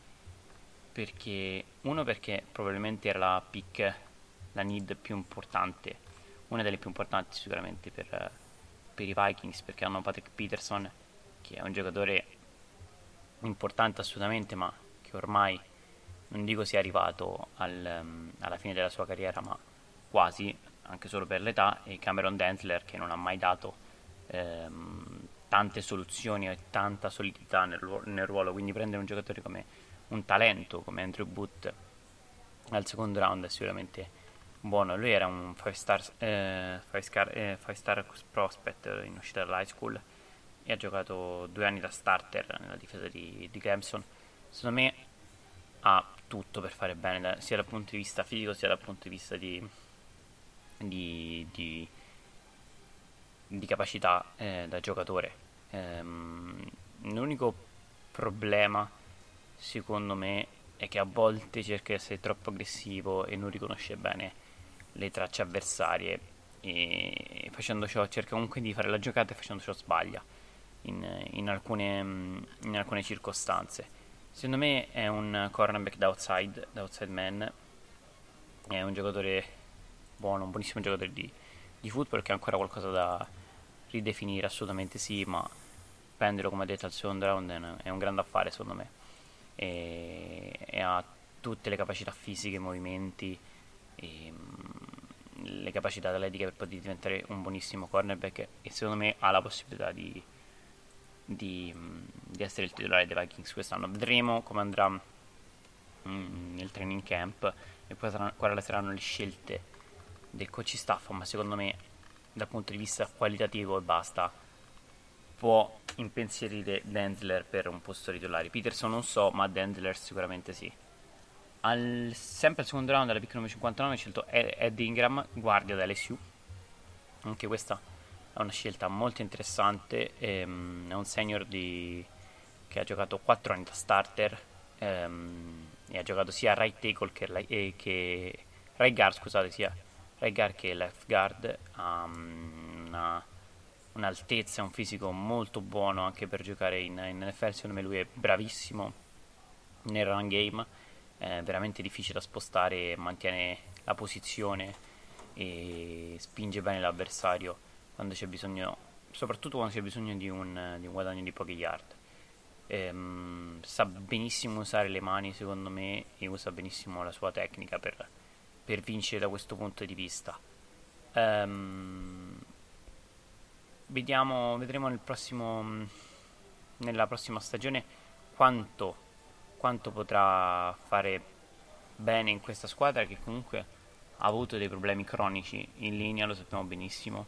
perché uno perché probabilmente era la pick, la need più importante, una delle più importanti sicuramente per, per i Vikings, perché hanno Patrick Peterson, che è un giocatore importante assolutamente, ma che ormai non dico sia arrivato al, um, alla fine della sua carriera, ma quasi, anche solo per l'età, e Cameron Dentler, che non ha mai dato ehm, tante soluzioni e tanta solidità nel, nel ruolo, quindi prendere un giocatore come un talento come Andrew Booth al secondo round è sicuramente buono. Lui era un five star, eh, five star, eh, five star prospect in uscita dall'high school e ha giocato due anni da starter nella difesa di, di Clemson. Secondo me ha tutto per fare bene, da, sia dal punto di vista fisico sia dal punto di vista di, di, di, di capacità eh, da giocatore. Ehm, l'unico problema secondo me è che a volte cerca di essere troppo aggressivo e non riconosce bene le tracce avversarie, e facendo ciò cerca comunque di fare la giocata, e facendo ciò sbaglia in, in, alcune, in alcune circostanze. Secondo me è un cornerback da outside, da outside man, è un giocatore buono, un buonissimo giocatore di, di football, che ha ancora qualcosa da ridefinire, assolutamente sì, ma prenderlo come detto al secondo round è un, è un grande affare secondo me, e, e ha tutte le capacità fisiche, i movimenti e mh, le capacità atletiche per poter diventare un buonissimo cornerback, e secondo me ha la possibilità di, di, mh, di essere il titolare dei Vikings quest'anno. Vedremo come andrà mh, nel training camp e quali saranno, quali saranno le scelte del coach staff, ma secondo me dal punto di vista qualitativo e basta può impensierire Dendler per un posto titolare. Peterson non so, ma Dendler sicuramente sì. Al, sempre al secondo round, alla pick numero cinquantanove, ho scelto Ed Ingram, guardia da L S U. Anche questa è una scelta molto interessante. Ehm, è un senior di, che ha giocato quattro anni da starter, ehm, e ha giocato sia right tackle che, eh, che right guard, scusate, sia right guard che left guard. Ha um, una, un'altezza, un fisico molto buono anche per giocare in, in N F L. Secondo me lui è bravissimo nel run game, è veramente difficile da spostare, mantiene la posizione e spinge bene l'avversario quando c'è bisogno, soprattutto quando c'è bisogno di un, di un guadagno di pochi yard. Ehm, sa benissimo usare le mani secondo me, e usa benissimo la sua tecnica per, per vincere da questo punto di vista. Ehm, vediamo, vedremo nel prossimo, nella prossima stagione quanto quanto potrà fare bene in questa squadra, che comunque ha avuto dei problemi cronici in linea, lo sappiamo benissimo,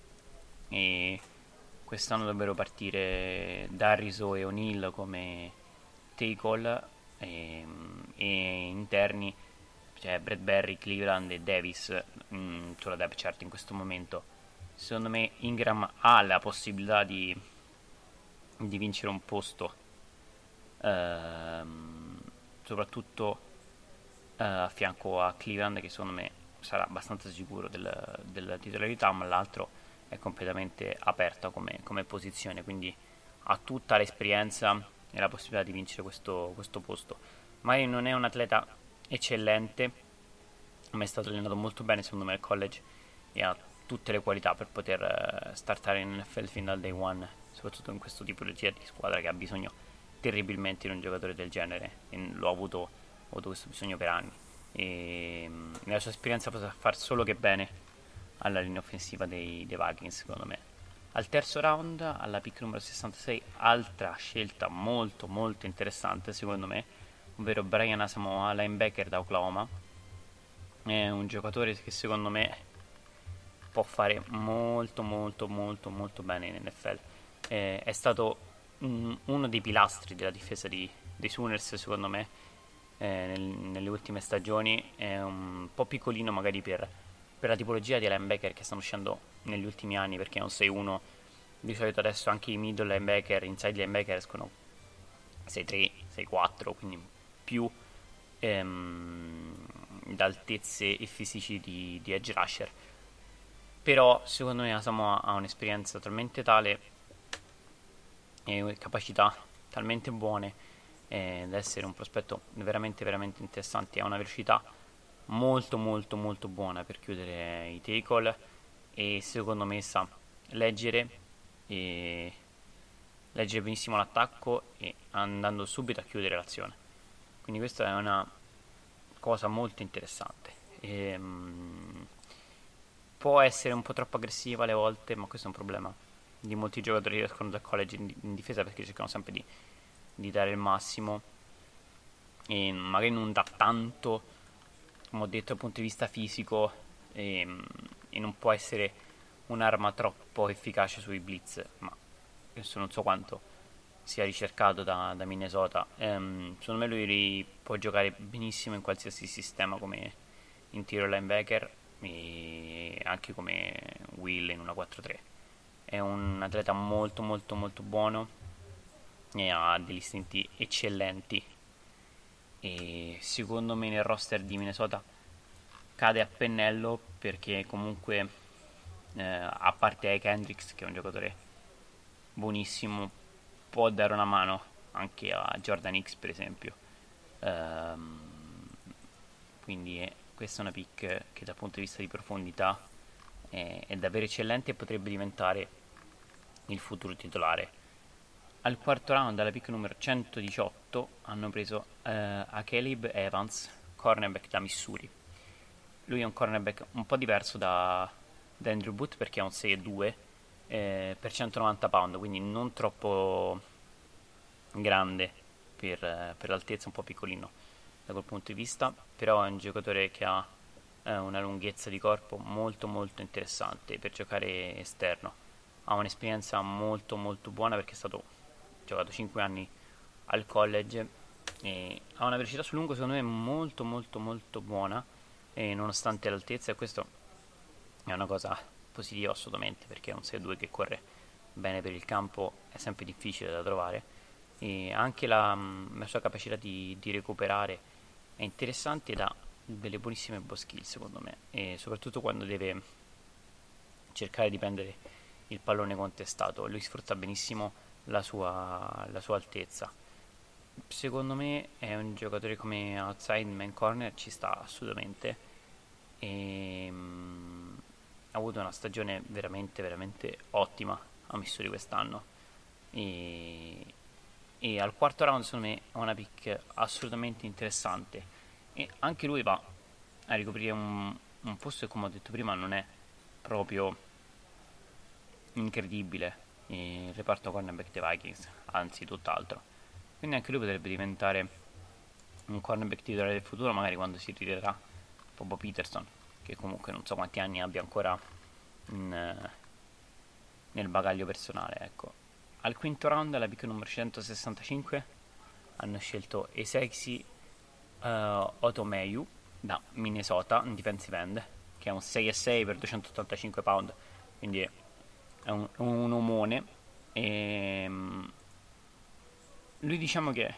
e quest'anno dovrebbero partire Darriso e O'Neal come tackle, e, e interni cioè Bradbury, Cleveland e Davis mh, sulla depth chart in questo momento. Secondo me Ingram ha la possibilità di, di vincere un posto, ehm, soprattutto eh, a fianco a Cleveland, che secondo me sarà abbastanza sicuro del, della titolarità, ma l'altro è completamente aperta come, come posizione, quindi ha tutta l'esperienza e la possibilità di vincere questo, questo posto. Magari non è un atleta eccellente, ma è stato allenato molto bene secondo me al college e ha tutte le qualità per poter uh, startare in N F L fin dal day one, soprattutto in questo tipologia di squadra che ha bisogno terribilmente di un giocatore del genere, e lo ha avuto, ho avuto questo bisogno per anni, e um, nella sua esperienza potrà far solo che bene alla linea offensiva dei, dei Vikings, secondo me. Al terzo round, alla pick numero sessantasei, altra scelta molto molto interessante secondo me, ovvero Brian Asamoah, linebacker da Oklahoma. È un giocatore che secondo me può fare molto molto molto molto bene in N F L. Eh, è stato um, uno dei pilastri della difesa di, dei Sooners secondo me eh, nel, nelle ultime stagioni. È un po' piccolino magari per, per la tipologia di linebacker che stanno uscendo negli ultimi anni, perché è un sei uno. Di solito adesso anche i middle linebacker, inside linebacker escono sei tre, sei quattro, quindi più ehm, da altezze e fisici di, di edge rusher. Però secondo me Asamoah ha un'esperienza talmente tale e capacità talmente buone eh, da essere un prospetto veramente veramente interessante. Ha una velocità molto molto molto buona per chiudere i tackle e secondo me sa leggere e leggere benissimo l'attacco e andando subito a chiudere l'azione. Quindi questa è una cosa molto interessante. E, um, può essere un po' troppo aggressiva alle volte, ma questo è un problema di molti giocatori che escono dal college in, in difesa, perché cercano sempre di, di dare il massimo e magari non dà tanto, come ho detto, dal punto di vista fisico, e, e non può essere un'arma troppo efficace sui blitz, ma adesso non so quanto sia ricercato da, da Minnesota. Ehm, secondo me lui può giocare benissimo in qualsiasi sistema come interior linebacker e anche come Will in una quattro tre. È un atleta molto molto molto buono e ha degli istinti eccellenti, e secondo me nel roster di Minnesota cade a pennello, perché comunque eh, a parte Ike Hendricks, che è un giocatore buonissimo, può dare una mano anche a Jordan Hicks per esempio. Um, quindi è, questa è una pick che dal punto di vista di profondità è, è davvero eccellente e potrebbe diventare il futuro titolare. Al quarto round, alla pick numero centodiciotto, hanno preso uh, a Caleb Evans, cornerback da Missouri. Lui è un cornerback un po' diverso da, da Andrew Booth, perché è un sei due eh, per centonovanta pound, quindi non troppo grande per, eh, per l'altezza, un po' piccolino da quel punto di vista, però è un giocatore che ha eh, una lunghezza di corpo molto molto interessante per giocare esterno. Ha un'esperienza molto molto buona, perché è stato giocato cinque anni al college e ha una velocità sul lungo secondo me molto molto molto buona, e nonostante l'altezza, e questo è una cosa positiva assolutamente, perché è un sei due che corre bene per il campo, è sempre difficile da trovare, e anche la, la sua capacità di, di recuperare è interessante ed ha delle buonissime ball skill secondo me, e soprattutto quando deve cercare di prendere il pallone contestato lui sfrutta benissimo la sua, la sua altezza. Secondo me è un giocatore come outside man corner, ci sta assolutamente, e um, ha avuto una stagione veramente veramente ottima a Missouri quest'anno, e, e al quarto round secondo me è una pick assolutamente interessante, e anche lui va a ricoprire un, un posto che, come ho detto prima, non è proprio incredibile il reparto cornerback dei Vikings, anzi tutt'altro. Quindi anche lui potrebbe diventare un cornerback titolare del futuro, magari quando si ritirerà Bobo Peterson, che comunque non so quanti anni abbia ancora in, nel bagaglio personale, ecco. Al quinto round, alla pick numero centosessantacinque, hanno scelto Esexi uh, Otomeyu da Minnesota, un defensive end, che è un sei sei per duecentottantacinque pound, quindi è un, un omone, e lui, diciamo che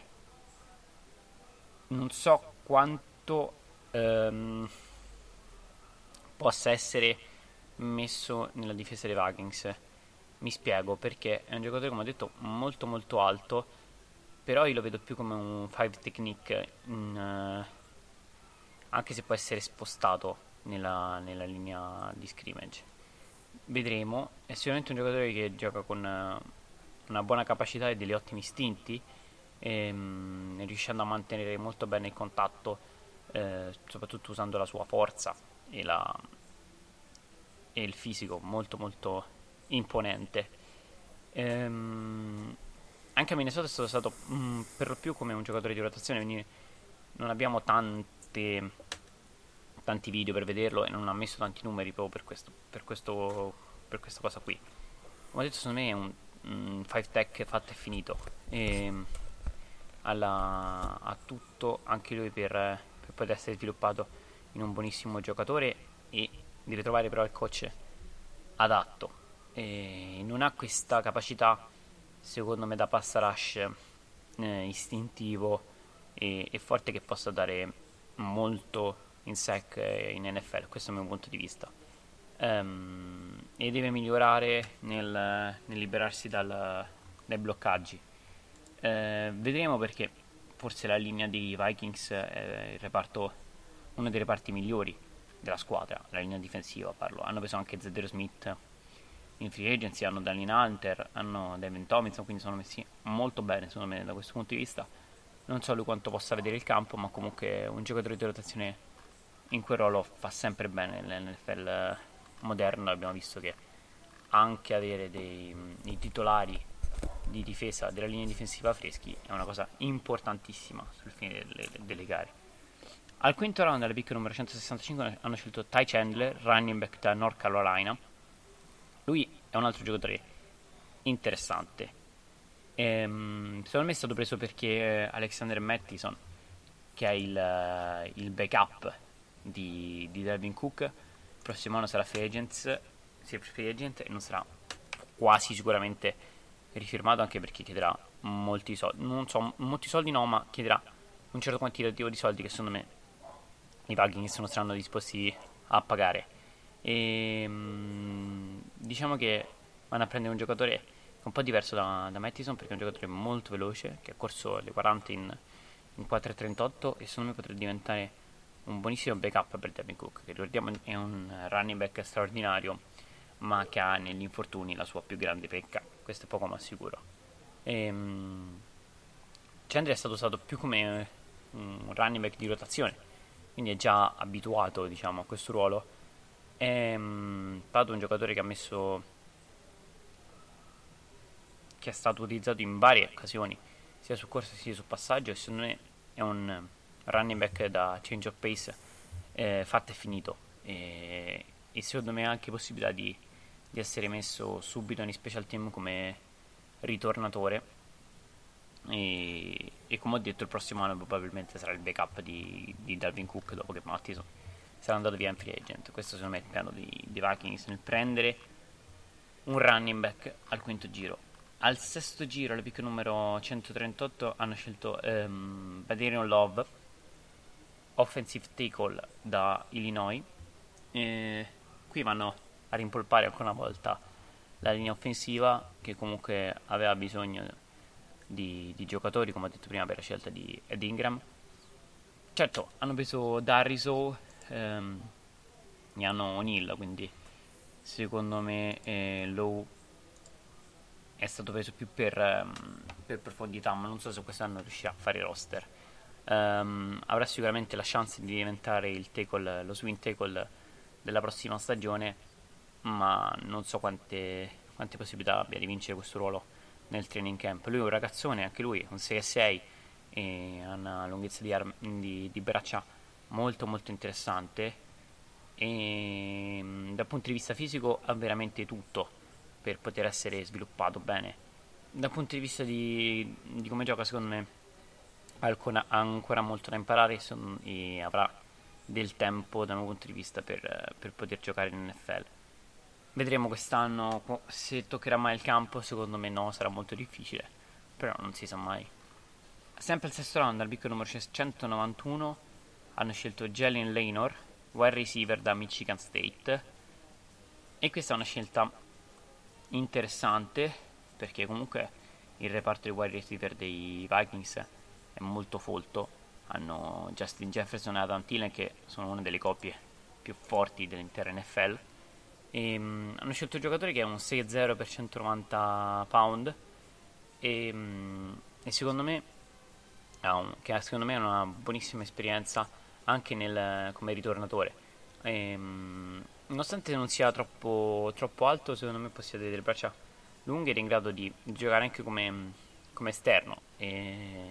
non so quanto ehm, possa essere messo nella difesa dei Vikings. Mi spiego, perché è un giocatore, come ho detto, molto molto alto, però io lo vedo più come un five technique, in, uh, anche se può essere spostato nella, nella linea di scrimmage. Vedremo. È sicuramente un giocatore che gioca con uh, una buona capacità e degli ottimi istinti, e, um, riuscendo a mantenere molto bene il contatto, eh, soprattutto usando la sua forza e, la, e il fisico molto molto imponente. Ehm, anche a Minnesota è stato usato mh, per lo più come un giocatore di rotazione, quindi non abbiamo tante, tanti video per vederlo e non ha messo tanti numeri proprio per questo, per questo, per questa cosa qui. Come ho detto, secondo me è un, un five tech fatto e finito, e alla, ha tutto anche lui per, per poter essere sviluppato in un buonissimo giocatore e di ritrovare però il coach adatto. E non ha questa capacità, secondo me, da pass rush eh, istintivo e, e forte, che possa dare molto in sec in N F L. Questo è il mio punto di vista. Um, e deve migliorare nel, nel liberarsi dal, dai bloccaggi. Uh, vedremo, perché forse la linea dei Vikings è il reparto, uno dei reparti migliori della squadra, la linea difensiva parlo. Hanno preso anche Zedero Smith in free agency, hanno Dallin Hunter, hanno Devin Tomlinson, quindi sono messi molto bene secondo me da questo punto di vista. Non so lui quanto possa vedere il campo, ma comunque un giocatore di rotazione in quel ruolo fa sempre bene. Nell'N F L moderno abbiamo visto che anche avere dei, dei titolari di difesa della linea difensiva freschi è una cosa importantissima sul fine delle, delle gare. Al quinto round, alla pick numero centosessantacinque, hanno scelto Ty Chandler, running back da North Carolina. Lui è un altro giocatore interessante. Ehm, secondo me è stato preso perché Alexander Mattison, che è il, il backup di, di Dalvin Cook, il prossimo anno sarà free agent, sia free agent e non sarà quasi sicuramente rifirmato, anche perché chiederà molti soldi. Non so, molti soldi no, ma chiederà un certo quantitativo di soldi che secondo me i Vikings non saranno disposti a pagare. E diciamo che vanno a prendere un giocatore che è un po' diverso da, da Mattison, perché è un giocatore molto veloce, che ha corso le quaranta in, in quattro e trentotto, e secondo me potrebbe diventare un buonissimo backup per Dalvin Cook, che ricordiamo è un running back straordinario, ma che ha negli infortuni la sua più grande pecca. Questo è poco ma sicuro. E, um, Chandler è stato usato più come un running back di rotazione, quindi è già abituato, diciamo, a questo ruolo. È um, stato un giocatore che ha messo che è stato utilizzato in varie occasioni, sia su corsa sia su passaggio, e secondo me è un running back da change of pace eh, fatto e finito, e, e secondo me ha anche possibilità di, di essere messo subito nei special team come ritornatore, e, e come ho detto il prossimo anno probabilmente sarà il backup di, di Dalvin Cook, dopo che Mattison sarà andato via in free agent. Questo secondo me è il piano dei, dei Vikings, nel prendere un running back al quinto giro. Al sesto giro, alla pick numero centotrentotto, hanno scelto um, Badarian Love, offensive tackle da Illinois. E qui vanno a rimpolpare ancora una volta la linea offensiva, che comunque aveva bisogno di, di giocatori, come ho detto prima, per la scelta di Ed Ingram. Certo, hanno preso Dariso, ehm, ne hanno O'Neal, quindi secondo me eh, Low è stato preso più per, um, per profondità, ma non so se quest'anno riuscirà a fare roster. Um, avrà sicuramente la chance di diventare il tackle, lo swing tackle della prossima stagione, ma non so quante, quante possibilità abbia di vincere questo ruolo nel training camp. Lui è un ragazzone, anche lui, un sei a sei, e ha una lunghezza di, arm- di, di braccia molto molto interessante, e dal punto di vista fisico ha veramente tutto per poter essere sviluppato bene. Dal punto di vista di, di come gioca, secondo me ha ancora, ha ancora molto da imparare, son, e avrà del tempo dal mio punto di vista per, per poter giocare in N F L. Vedremo quest'anno se toccherà mai il campo. Secondo me no, sarà molto difficile, però non si sa mai. Sempre al sesto round, al pick numero E questa è una scelta interessante, perché comunque il reparto di wide receiver dei Vikings è molto folto. Hanno Justin Jefferson e Adam Thielen, che sono una delle coppie più forti dell'intera N F L, e um, hanno scelto un giocatore che è un sei zero per centonovanta pound e, um, e secondo me ha un, che secondo me ha una buonissima esperienza anche nel, come ritornatore. E, um, nonostante non sia troppo, troppo alto, secondo me possiede delle braccia lunghe ed è in grado di giocare anche come, come esterno, e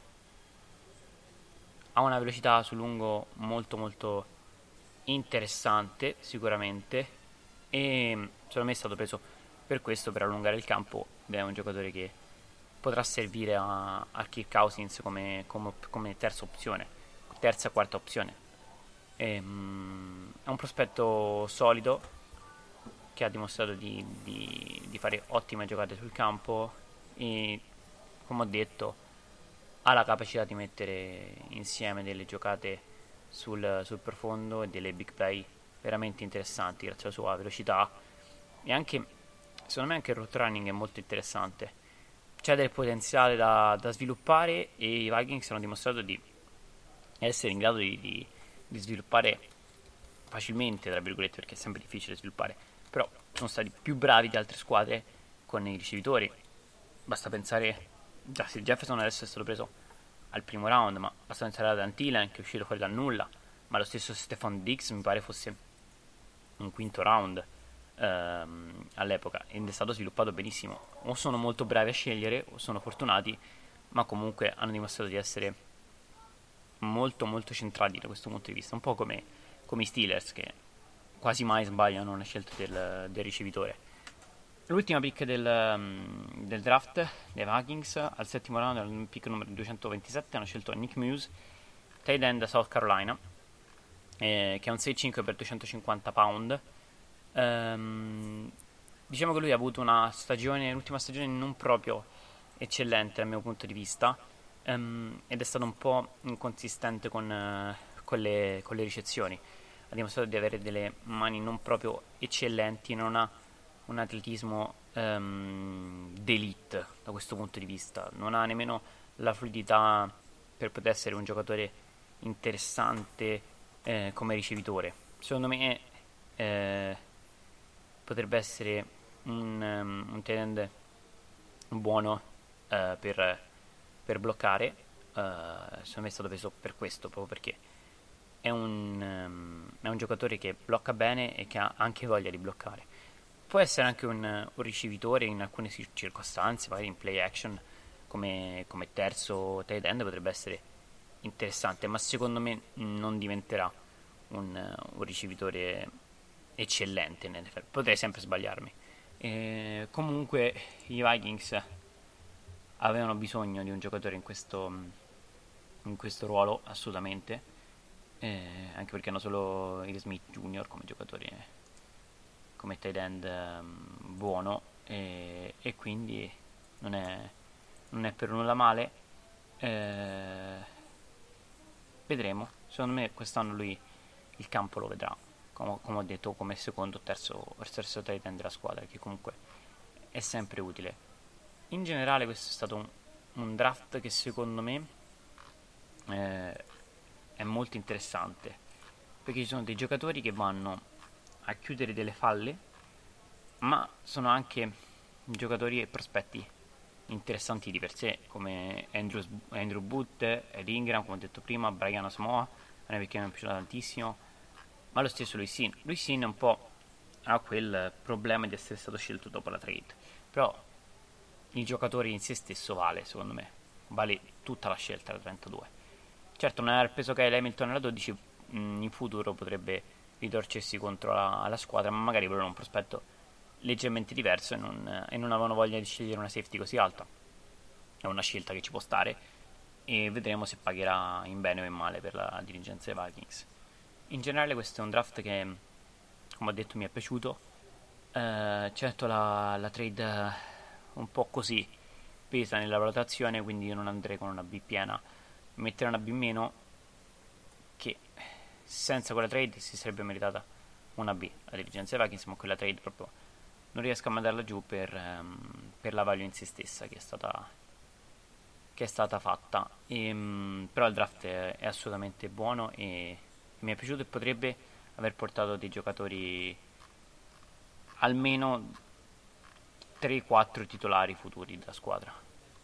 ha una velocità sul lungo molto molto interessante sicuramente, e secondo me è stato preso per questo, per allungare il campo. È un giocatore che potrà servire a, a Kirk Cousins come, come, come terza opzione, terza quarta opzione. E, um, è un prospetto solido che ha dimostrato di, di, di fare ottime giocate sul campo e, come ho detto, ha la capacità di mettere insieme delle giocate sul, sul profondo e delle big play veramente interessanti grazie alla sua velocità, e anche secondo me anche il route running è molto interessante. C'è del potenziale da, da sviluppare, e i Vikings hanno dimostrato di essere in grado di, di, di sviluppare facilmente, tra virgolette, perché è sempre difficile sviluppare, però sono stati più bravi di altre squadre con i ricevitori. Basta pensare, Justin Jefferson adesso è stato preso al primo round, ma basta pensare ad Thielen, che è uscito fuori dal nulla, ma lo stesso Stephon Diggs mi pare fosse un quinto round ehm, all'epoca, ed è stato sviluppato benissimo. O sono molto bravi a scegliere o sono fortunati, ma comunque hanno dimostrato di essere molto molto centrati da questo punto di vista, un po' come, come i Steelers, che quasi mai sbagliano una scelta del, del ricevitore. L'ultima pick del, um, del draft dei Vikings, al settimo round, al pick numero duecentoventisette, hanno scelto Nick Muse, tight end da South Carolina, eh, che è un sei cinque per duecentocinquanta pound. Um, diciamo che lui ha avuto una stagione, l'ultima stagione non proprio eccellente dal mio punto di vista, um, ed è stato un po' inconsistente con, uh, con, le, con le ricezioni. Ha dimostrato di avere delle mani non proprio eccellenti, non ha un atletismo um, d'elite da questo punto di vista, non ha nemmeno la fluidità per poter essere un giocatore interessante eh, come ricevitore. Secondo me eh, potrebbe essere un, um, un tight end buono uh, per, per bloccare. Uh, secondo me è stato preso per questo, proprio perché è un, um, è un giocatore che blocca bene e che ha anche voglia di bloccare. Può essere anche un, un ricevitore in alcune circostanze, magari in play action come, come terzo tight end potrebbe essere interessante, ma secondo me non diventerà un, un ricevitore eccellente in N F L. Potrei sempre sbagliarmi. E comunque i Vikings avevano bisogno di un giocatore in questo, in questo ruolo assolutamente, eh, anche perché hanno solo il Smith Junior come giocatore, come tight end um, buono, e, e quindi non è, non è per nulla male. Eh, vedremo. Secondo me quest'anno lui il campo lo vedrà, come, come ho detto, come secondo o terzo, terzo tight end della squadra, che comunque è sempre utile. In generale questo è stato un, un draft che secondo me eh, è molto interessante, perché ci sono dei giocatori che vanno a chiudere delle falle, ma sono anche giocatori e prospetti interessanti di per sé, come Andrew, Andrew Booth, Ed Ingram, come ho detto prima, Brian Samoa, a me perché mi è piaciuto tantissimo, ma lo stesso Louis Sin. Louis Sin un po' ha quel problema di essere stato scelto dopo la trade, però il giocatore in sé stesso vale, secondo me, vale tutta la scelta da trentadue. Certo, non aver preso Kyle Hamilton alla dodici mh, in futuro potrebbe ritorcersi contro la, la squadra, ma magari volevano un prospetto leggermente diverso e non, e non avevano voglia di scegliere una safety così alta. È una scelta che ci può stare e vedremo se pagherà in bene o in male per la dirigenza dei Vikings. In generale questo è un draft che, come ho detto, mi è piaciuto. Eh, certo la, la trade un po' così pesa nella valutazione, quindi io non andrei con una B piena, mettere una B meno, che senza quella trade si sarebbe meritata una B, la dirigenza dei Vikings, ma quella trade proprio non riesco a mandarla giù per, um, per la value in se stessa che è stata, che è stata fatta. E, um, però il draft è, è assolutamente buono e mi è piaciuto e potrebbe aver portato dei giocatori almeno tre quattro titolari futuri da squadra.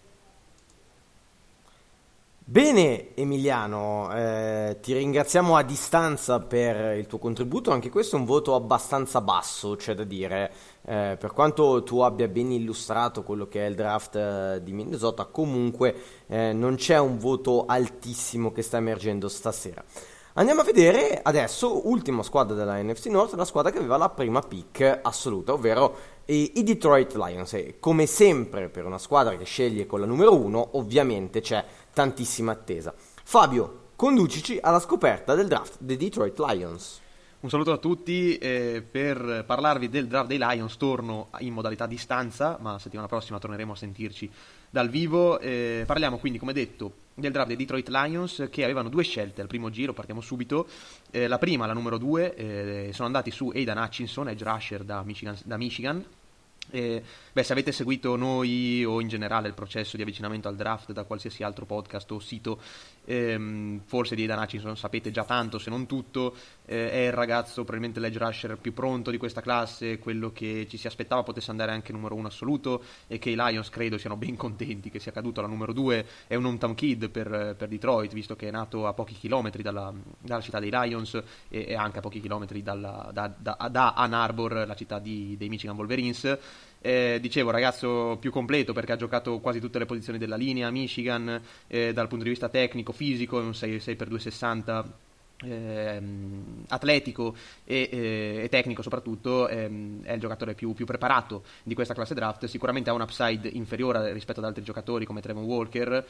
Bene Emiliano, eh, ti ringraziamo a distanza per il tuo contributo, anche questo è un voto abbastanza basso, c'è da dire, eh, per quanto tu abbia ben illustrato quello che è il draft eh, di Minnesota, comunque eh, non c'è un voto altissimo che sta emergendo stasera. Andiamo a vedere adesso, ultima squadra della N F C North, la squadra che aveva la prima pick assoluta, ovvero i, i Detroit Lions. E come sempre per una squadra che sceglie con la numero uno, ovviamente c'è tantissima attesa. Fabio, conducici alla scoperta del draft dei Detroit Lions. Un saluto a tutti, eh, per parlarvi del draft dei Lions torno in modalità distanza, ma settimana prossima torneremo a sentirci dal vivo. Eh, parliamo quindi, come detto, del draft dei Detroit Lions, che avevano due scelte al primo giro, partiamo subito. Eh, la prima, la numero due, eh, sono andati su Aidan Hutchinson, edge rusher da Michigan, da Michigan. Eh, beh, se avete seguito noi o in generale il processo di avvicinamento al draft da qualsiasi altro podcast o sito, ehm, forse di Aidan Hutchinson sapete già tanto, se non tutto. Eh, è il ragazzo, probabilmente l'edge rusher più pronto di questa classe, quello che ci si aspettava potesse andare anche numero uno assoluto, e che i Lions credo siano ben contenti che sia caduto alla numero due. È un hometown kid per, per Detroit, visto che è nato a pochi chilometri dalla, dalla città dei Lions e, e anche a pochi chilometri dalla, da, da, da Ann Arbor, la città di, dei Michigan Wolverines. Eh, dicevo, ragazzo più completo perché ha giocato quasi tutte le posizioni della linea a Michigan, eh, dal punto di vista tecnico, fisico, è un sei per duecentosessanta, ehm, atletico e, eh, e tecnico soprattutto. Ehm, è il giocatore più, più preparato di questa classe draft. Sicuramente ha un upside inferiore rispetto ad altri giocatori come Trevon Walker.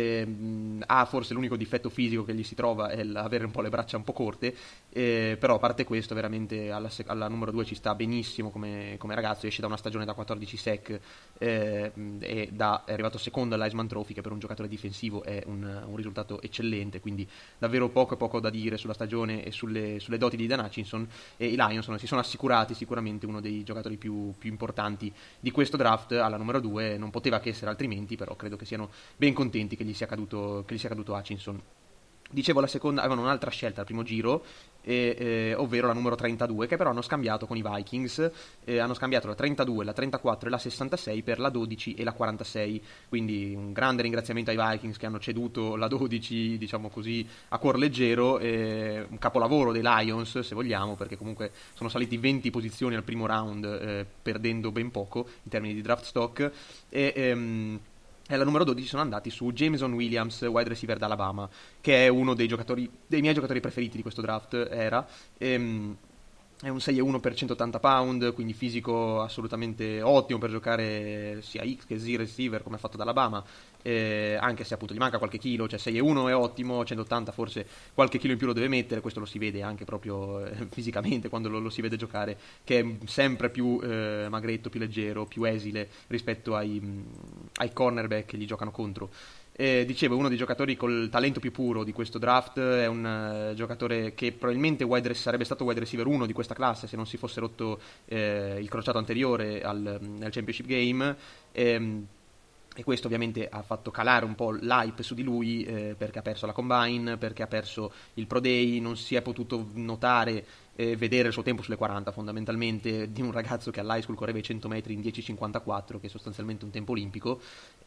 Ehm, ha forse l'unico difetto fisico che gli si trova è avere un po' le braccia un po' corte, eh, però a parte questo veramente alla, sec- alla numero due ci sta benissimo come, come ragazzo. Esce da una stagione da quattordici sack, eh, e da, è arrivato secondo all'Heisman Trophy, che per un giocatore difensivo è un, un risultato eccellente, quindi davvero poco e poco da dire sulla stagione e sulle, sulle doti di Dan Hutchinson. E i Lions si sono assicurati sicuramente uno dei giocatori più, più importanti di questo draft alla numero due. Non poteva che essere altrimenti, però credo che siano ben contenti che gli sia caduto, che gli sia caduto Hutchinson. Dicevo, la seconda avevano un'altra scelta al primo giro, eh, eh, ovvero la numero trentadue, che però hanno scambiato con i Vikings. Eh, hanno scambiato la trentadue, la trentaquattro e la sessantasei per la dodici e la quarantasei, quindi un grande ringraziamento ai Vikings che hanno ceduto la dodici, diciamo così, a cuor leggero. Eh, un capolavoro dei Lions, se vogliamo, perché comunque sono saliti venti posizioni al primo round, eh, perdendo ben poco in termini di draft stock. E ehm, E alla numero dodici sono andati su Jameson Williams, wide receiver d'Alabama, che è uno dei giocatori, dei miei giocatori preferiti di questo draft, era. Ehm, è un sei e uno per centottanta pound, quindi fisico assolutamente ottimo per giocare sia X che Z receiver come ha fatto d'Alabama, eh, anche se appunto gli manca qualche chilo, cioè sei e uno è ottimo, centottanta forse qualche chilo in più lo deve mettere. Questo lo si vede anche proprio eh, fisicamente quando lo, lo si vede giocare, che è sempre più eh, magretto, più leggero, più esile rispetto ai, mh, ai cornerback che gli giocano contro. Eh, dicevo, uno dei giocatori col talento più puro di questo draft, è un uh, giocatore che probabilmente wide res- sarebbe stato wide receiver uno di questa classe se non si fosse rotto eh, il crociato anteriore al, nel championship game. Ehm, e questo ovviamente ha fatto calare un po' l'hype su di lui, eh, perché ha perso la combine, perché ha perso il pro day, non si è potuto notare eh, vedere il suo tempo sulle quaranta fondamentalmente, di un ragazzo che all'high school correva i cento metri in dieci cinquantaquattro, che è sostanzialmente un tempo olimpico.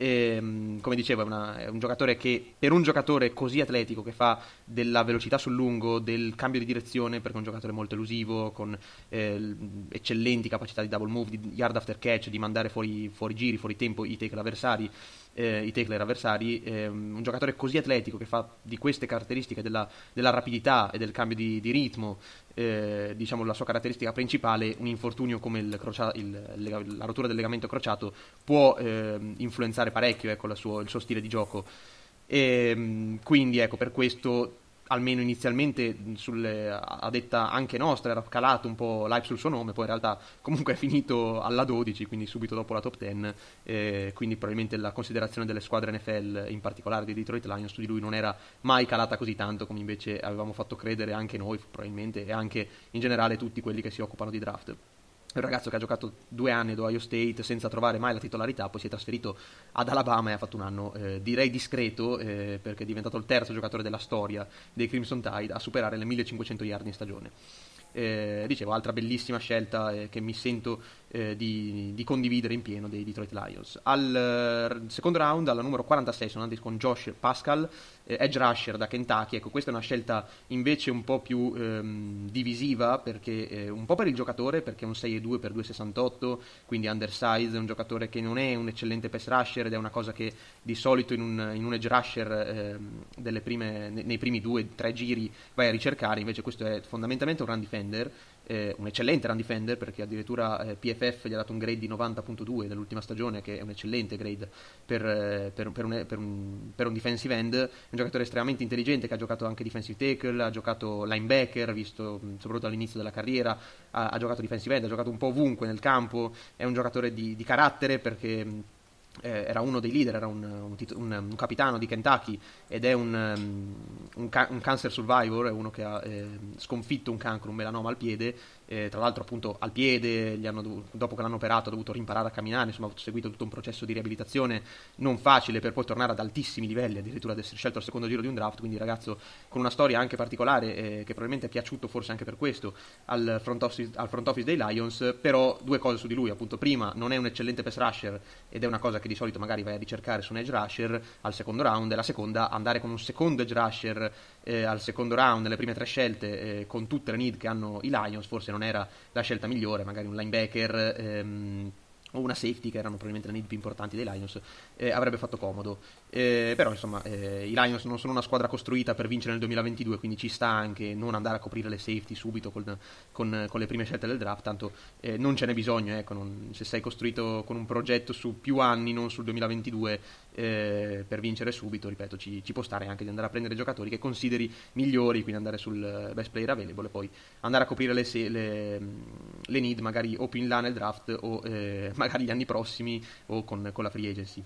E, come dicevo, è, una, è un giocatore che, per un giocatore così atletico, che fa della velocità sul lungo, del cambio di direzione, perché è un giocatore molto elusivo, con eh, eccellenti capacità di double move, di yard after catch, di mandare fuori, fuori giri, fuori tempo i tackle avversari, eh, i tackler avversari. Eh, un giocatore così atletico, che fa di queste caratteristiche della, della rapidità e del cambio di, di ritmo, eh, diciamo la sua caratteristica principale. Un infortunio come il crocia- il, il, la rottura del legamento crociato può eh, influenzare parecchio, ecco, la suo, il suo stile di gioco. E quindi ecco, per questo almeno inizialmente sulle, a detta anche nostra era calato un po' l'hype sul suo nome, poi in realtà comunque è finito alla dodici, quindi subito dopo la top dieci, eh, quindi probabilmente la considerazione delle squadre N F L, in particolare di Detroit Lions, su di lui non era mai calata così tanto come invece avevamo fatto credere anche noi probabilmente, e anche in generale tutti quelli che si occupano di draft. È un ragazzo che ha giocato due anni ad Ohio State senza trovare mai la titolarità, poi si è trasferito ad Alabama e ha fatto un anno eh, direi discreto, eh, perché è diventato il terzo giocatore della storia dei Crimson Tide a superare le millecinquecento yard in stagione. Eh, dicevo, altra bellissima scelta eh, che mi sento eh, di, di condividere in pieno dei Detroit Lions. Al uh, secondo round, alla numero quarantasei, sono andati con Josh Pascal, eh, edge rusher da Kentucky. Ecco, questa è una scelta invece un po' più ehm, divisiva, perché eh, un po' per il giocatore, perché è un sei e due per due virgola sessantotto, quindi undersized, è un giocatore che non è un eccellente pass rusher, ed è una cosa che di solito in un, in un edge rusher eh, delle prime, nei, nei primi due o tre giri vai a ricercare. Invece questo è fondamentalmente un run defender, eh, un eccellente run defender, perché addirittura eh, P F F gli ha dato un grade di novanta virgola due nell'ultima stagione, che è un eccellente grade per, eh, per, per, un, per, un, per un defensive end. È un giocatore estremamente intelligente che ha giocato anche defensive tackle, ha giocato linebacker, visto soprattutto all'inizio della carriera, ha, ha giocato defensive end, ha giocato un po' ovunque nel campo. È un giocatore di, di carattere, perché Eh, era uno dei leader, era un, un, tit- un, un capitano di Kentucky, ed è un, um, un, ca- un cancer survivor, è uno che ha eh, sconfitto un cancro, un melanoma al piede, eh, tra l'altro appunto al piede, gli hanno dov- dopo che l'hanno operato ha dovuto rimparare a camminare, insomma ha seguito tutto un processo di riabilitazione non facile per poi tornare ad altissimi livelli, addirittura ad essere scelto al secondo giro di un draft. Quindi ragazzo con una storia anche particolare, eh, che probabilmente è piaciuto forse anche per questo al front office, al front office dei Lions. Però due cose su di lui, appunto: prima, non è un eccellente pass rusher, ed è una cosa che di solito magari vai a ricercare su un edge rusher al secondo round, e la seconda, andare con un secondo edge rusher eh, al secondo round, nelle prime tre scelte, eh, con tutte le need che hanno i Lions, forse non era la scelta migliore. Magari un linebacker ehm, o una safety, che erano probabilmente le need più importanti dei Lions, eh, avrebbe fatto comodo. Eh, però insomma eh, i Lions non sono una squadra costruita per vincere nel duemilaventidue, quindi ci sta anche non andare a coprire le safety subito con, con, con le prime scelte del draft, tanto eh, non ce n'è bisogno, ecco. Non, se sei costruito con un progetto su più anni, non sul duemilaventidue, eh, per vincere subito, ripeto, ci, ci può stare anche di andare a prendere giocatori che consideri migliori, quindi andare sul best player available e poi andare a coprire le, le, le need magari o più in là nel draft, o eh, magari gli anni prossimi, o con, con la free agency.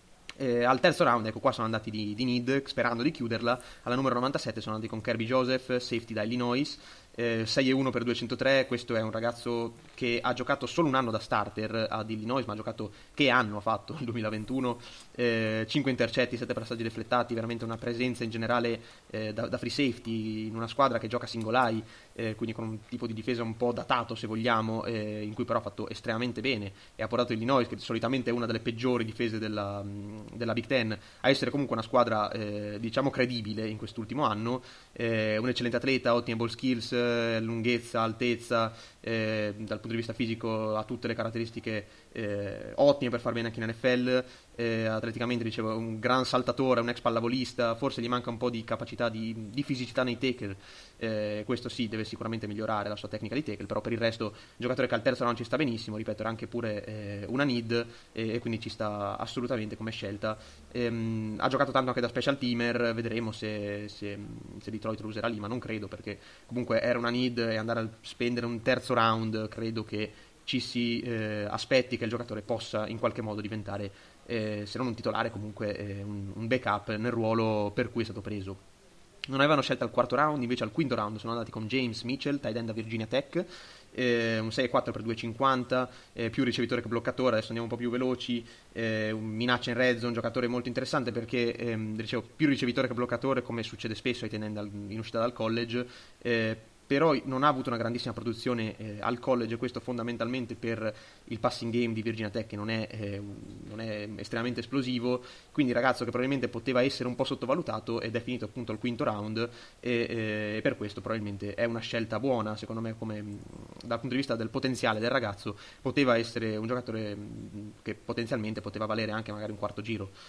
Eh, al terzo round, ecco qua, sono andati di, di need, sperando di chiuderla. Alla numero novantasette sono andati con Kirby Joseph, safety da Illinois, eh, sei e uno per duecentotré. Questo è un ragazzo che ha giocato solo un anno da starter ad Illinois, ma ha giocato, che anno ha fatto? Il duemilaventuno, eh, cinque intercetti, sette passaggi deflettati, veramente una presenza in generale eh, da, da free safety in una squadra che gioca single eye, eh, quindi con un tipo di difesa un po' datato, se vogliamo, eh, in cui però ha fatto estremamente bene e ha portato Illinois, che solitamente è una delle peggiori difese della, della Big Ten, a essere comunque una squadra eh, diciamo credibile in quest'ultimo anno. Eh, un eccellente atleta, ottime ball skills, eh, lunghezza, altezza, eh, dal punto di vista fisico ha tutte le caratteristiche eh, ottime per far bene anche in N F L. Eh, atleticamente, dicevo, un gran saltatore, un ex pallavolista, forse gli manca un po' di capacità di, di fisicità nei tackle, eh, questo sì, deve sicuramente migliorare la sua tecnica di tackle, però per il resto giocatore che al terzo round ci sta benissimo, ripeto, era anche pure eh, una need, eh, e quindi ci sta assolutamente come scelta. Ehm, ha giocato tanto anche da special teamer, vedremo se, se, se Detroit lo userà lì, ma non credo, perché comunque era una need, e andare a spendere un terzo round credo che ci si eh, aspetti che il giocatore possa in qualche modo diventare, eh, se non un titolare, comunque eh, un, un backup nel ruolo per cui è stato preso. Non avevano scelto al quarto round, invece al quinto round sono andati con James Mitchell, tight end da Virginia Tech, eh, un sei e quattro per duecentocinquanta, eh, più ricevitore che bloccatore. Adesso andiamo un po' più veloci. Eh, un minaccia in red zone, un giocatore molto interessante, perché ehm, dicevo, più ricevitore che bloccatore, come succede spesso ai tight end in uscita dal college, eh, però non ha avuto una grandissima produzione eh, al college, questo fondamentalmente per il passing game di Virginia Tech, che non è, eh, non è estremamente esplosivo, quindi ragazzo che probabilmente poteva essere un po' sottovalutato, ed è finito appunto al quinto round, e eh, per questo probabilmente è una scelta buona, secondo me, come dal punto di vista del potenziale del ragazzo, poteva essere un giocatore che potenzialmente poteva valere anche magari un quarto giro.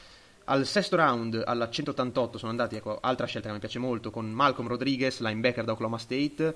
Al sesto round, alla centottantotto, sono andati, ecco, altra scelta che mi piace molto, con Malcolm Rodriguez, linebacker da Oklahoma State,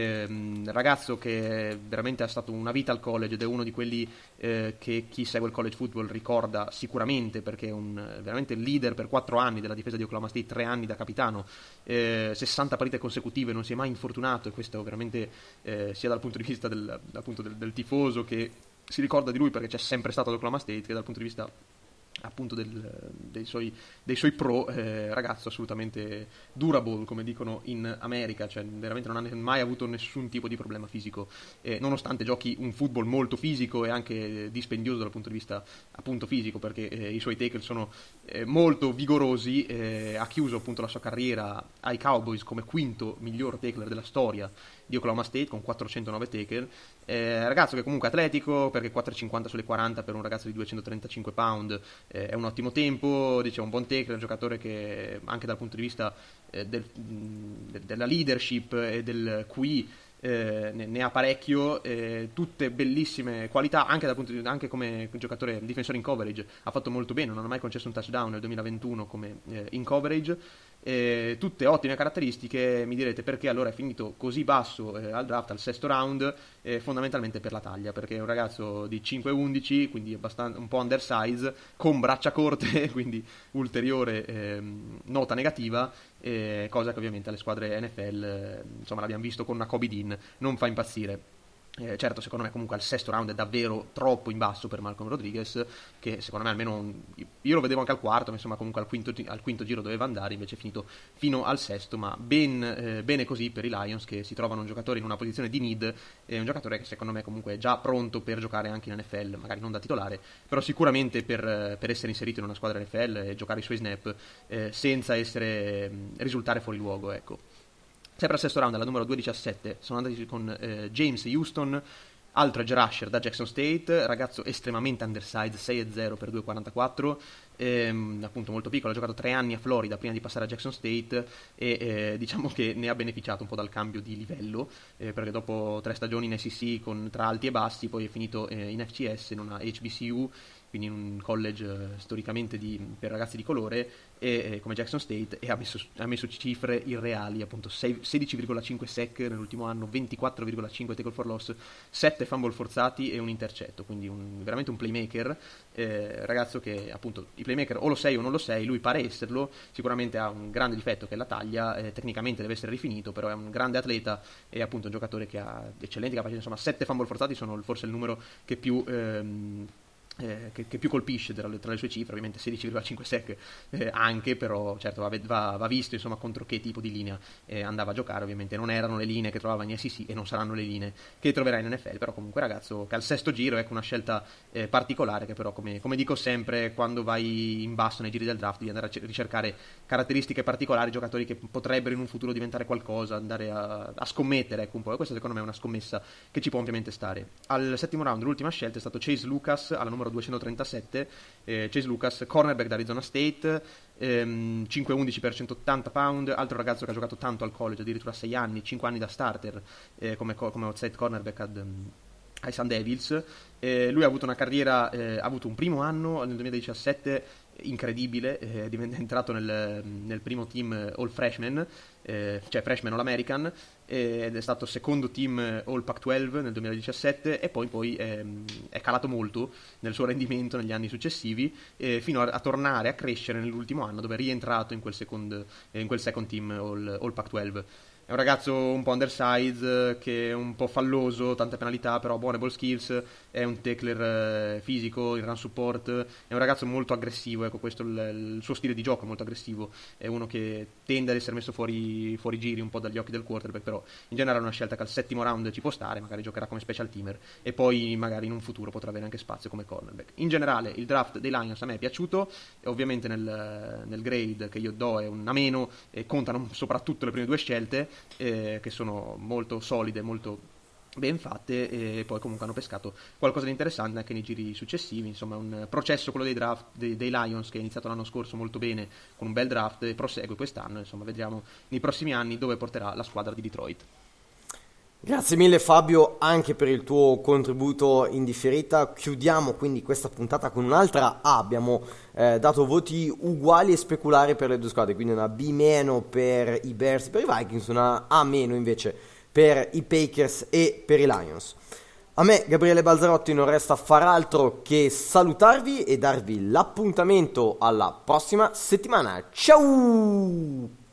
ehm, ragazzo che veramente ha stato una vita al college ed è uno di quelli eh, che chi segue il college football ricorda sicuramente, perché è un, veramente il leader per quattro anni della difesa di Oklahoma State, tre anni da capitano, eh, sessanta partite consecutive, non si è mai infortunato, e questo veramente eh, sia dal punto di vista del, appunto del, del tifoso che si ricorda di lui perché c'è sempre stato ad Oklahoma State, che dal punto di vista appunto del, dei, suoi, dei suoi pro, eh, ragazzo assolutamente durable, come dicono in America, cioè veramente non ha mai avuto nessun tipo di problema fisico, eh, nonostante giochi un football molto fisico e anche dispendioso dal punto di vista appunto fisico, perché eh, i suoi tackle sono eh, molto vigorosi. Eh, ha chiuso appunto la sua carriera ai Cowboys come quinto miglior tackler della storia di Oklahoma State con quattrocentonove tackle, eh, ragazzo che comunque è atletico, perché quattro virgola cinquanta sulle quaranta per un ragazzo di duecentotrentacinque pound eh, è un ottimo tempo, dice, un buon tackler, un giocatore che anche dal punto di vista eh, del, mh, della leadership e del Q I eh, ne, ne ha parecchio, eh, tutte bellissime qualità, anche, dal punto di, anche come giocatore difensore in coverage ha fatto molto bene, non ha mai concesso un touchdown nel duemilaventuno come eh, in coverage. Eh, tutte ottime caratteristiche. Mi direte perché allora è finito così basso eh, al draft, al sesto round, eh, fondamentalmente per la taglia, perché è un ragazzo di cinque undici, quindi abbastanza, un po' undersize, con braccia corte, quindi ulteriore eh, nota negativa, eh, cosa che ovviamente alle squadre N F L, eh, insomma l'abbiamo visto con una Kobe Dean, non fa impazzire. Eh, certo, secondo me comunque al sesto round è davvero troppo in basso per Malcolm Rodriguez, che secondo me almeno un, io lo vedevo anche al quarto, ma insomma comunque al quinto, al quinto giro doveva andare, invece è finito fino al sesto, ma ben, eh, bene così per i Lions, che si trovano un giocatore in una posizione di need, eh, un giocatore che secondo me comunque è già pronto per giocare anche in N F L, magari non da titolare, però sicuramente per, per essere inserito in una squadra N F L e giocare i suoi snap eh, senza essere, risultare fuori luogo, ecco. Sempre al sesto round, alla numero due diciassette, sono andati con eh, James Houston, altro edge rusher da Jackson State, ragazzo estremamente undersized, sei e zero per due virgola quarantaquattro, ehm, appunto molto piccolo, ha giocato tre anni a Florida prima di passare a Jackson State e eh, diciamo che ne ha beneficiato un po' dal cambio di livello, eh, perché dopo tre stagioni in S E C con, tra alti e bassi, poi è finito eh, in F C S, in una H B C U, quindi in un college eh, storicamente di, per ragazzi di colore, e, eh, come Jackson State, e ha messo, ha messo cifre irreali, appunto sedici virgola cinque sack nell'ultimo anno, ventiquattro virgola cinque tackle for loss, sette fumble forzati e un intercetto, quindi un, veramente un playmaker, eh, ragazzo che appunto i playmaker o lo sei o non lo sei, lui pare esserlo, sicuramente ha un grande difetto che è la taglia, eh, tecnicamente deve essere rifinito, però è un grande atleta e appunto un giocatore che ha eccellenti capacità, insomma sette fumble forzati sono forse il numero che più... Ehm, Eh, che, che più colpisce tra le, tra le sue cifre, ovviamente sedici virgola cinque sack eh, anche, però certo va, va, va visto insomma contro che tipo di linea eh, andava a giocare, ovviamente non erano le linee che trovava in S E C e non saranno le linee che troverà in N F L, però comunque ragazzo che al sesto giro, ecco, una scelta eh, particolare che però come, come dico sempre quando vai in basso nei giri del draft devi andare a ricercare caratteristiche particolari, giocatori che potrebbero in un futuro diventare qualcosa, andare a, a scommettere, ecco un po', e questa secondo me è una scommessa che ci può ampiamente stare. Al settimo round l'ultima scelta è stato Chase Lucas alla numero duecentotrentasette, eh, Chase Lucas, cornerback da Arizona State, ehm, cinque undici per centottanta pound, altro ragazzo che ha giocato tanto al college, addirittura sei anni, cinque anni da starter eh, come, come outside cornerback ad, um, ai Sun Devils. Eh, lui ha avuto una carriera, eh, ha avuto un primo anno nel duemiladiciassette incredibile, eh, è entrato nel, nel primo team All Freshman, eh, cioè Freshman All American, eh, ed è stato secondo team All Pac dodici nel duemiladiciassette e poi, poi eh, è calato molto nel suo rendimento negli anni successivi, eh, fino a, a tornare a crescere nell'ultimo anno dove è rientrato in quel second, eh, in quel second team All, All Pac dodici. È un ragazzo un po' undersized, che è un po' falloso, tante penalità, però buone ball skills, è un tackler eh, fisico, il run support, è un ragazzo molto aggressivo, ecco questo il, il suo stile di gioco è molto aggressivo, è uno che tende ad essere messo fuori, fuori giri un po' dagli occhi del quarterback, però in generale è una scelta che al settimo round ci può stare, magari giocherà come special teamer e poi magari in un futuro potrà avere anche spazio come cornerback. In generale il draft dei Lions a me è piaciuto, e ovviamente nel, nel grade che io do è un a meno, e contano soprattutto le prime due scelte, Eh, che sono molto solide, molto ben fatte, e poi comunque hanno pescato qualcosa di interessante anche nei giri successivi. Insomma, un processo, quello dei draft dei, dei Lions, che è iniziato l'anno scorso molto bene con un bel draft e prosegue quest'anno. Insomma, vedremo nei prossimi anni dove porterà la squadra di Detroit. Grazie mille Fabio anche per il tuo contributo in differita. Chiudiamo quindi questa puntata con un'altra A. Abbiamo eh, dato voti uguali e speculari per le due squadre, quindi una B meno per i Bears e per i Vikings, una A meno invece per i Packers e per i Lions. A me, Gabriele Balzarotti, non resta far altro che salutarvi e darvi l'appuntamento alla prossima settimana. Ciao!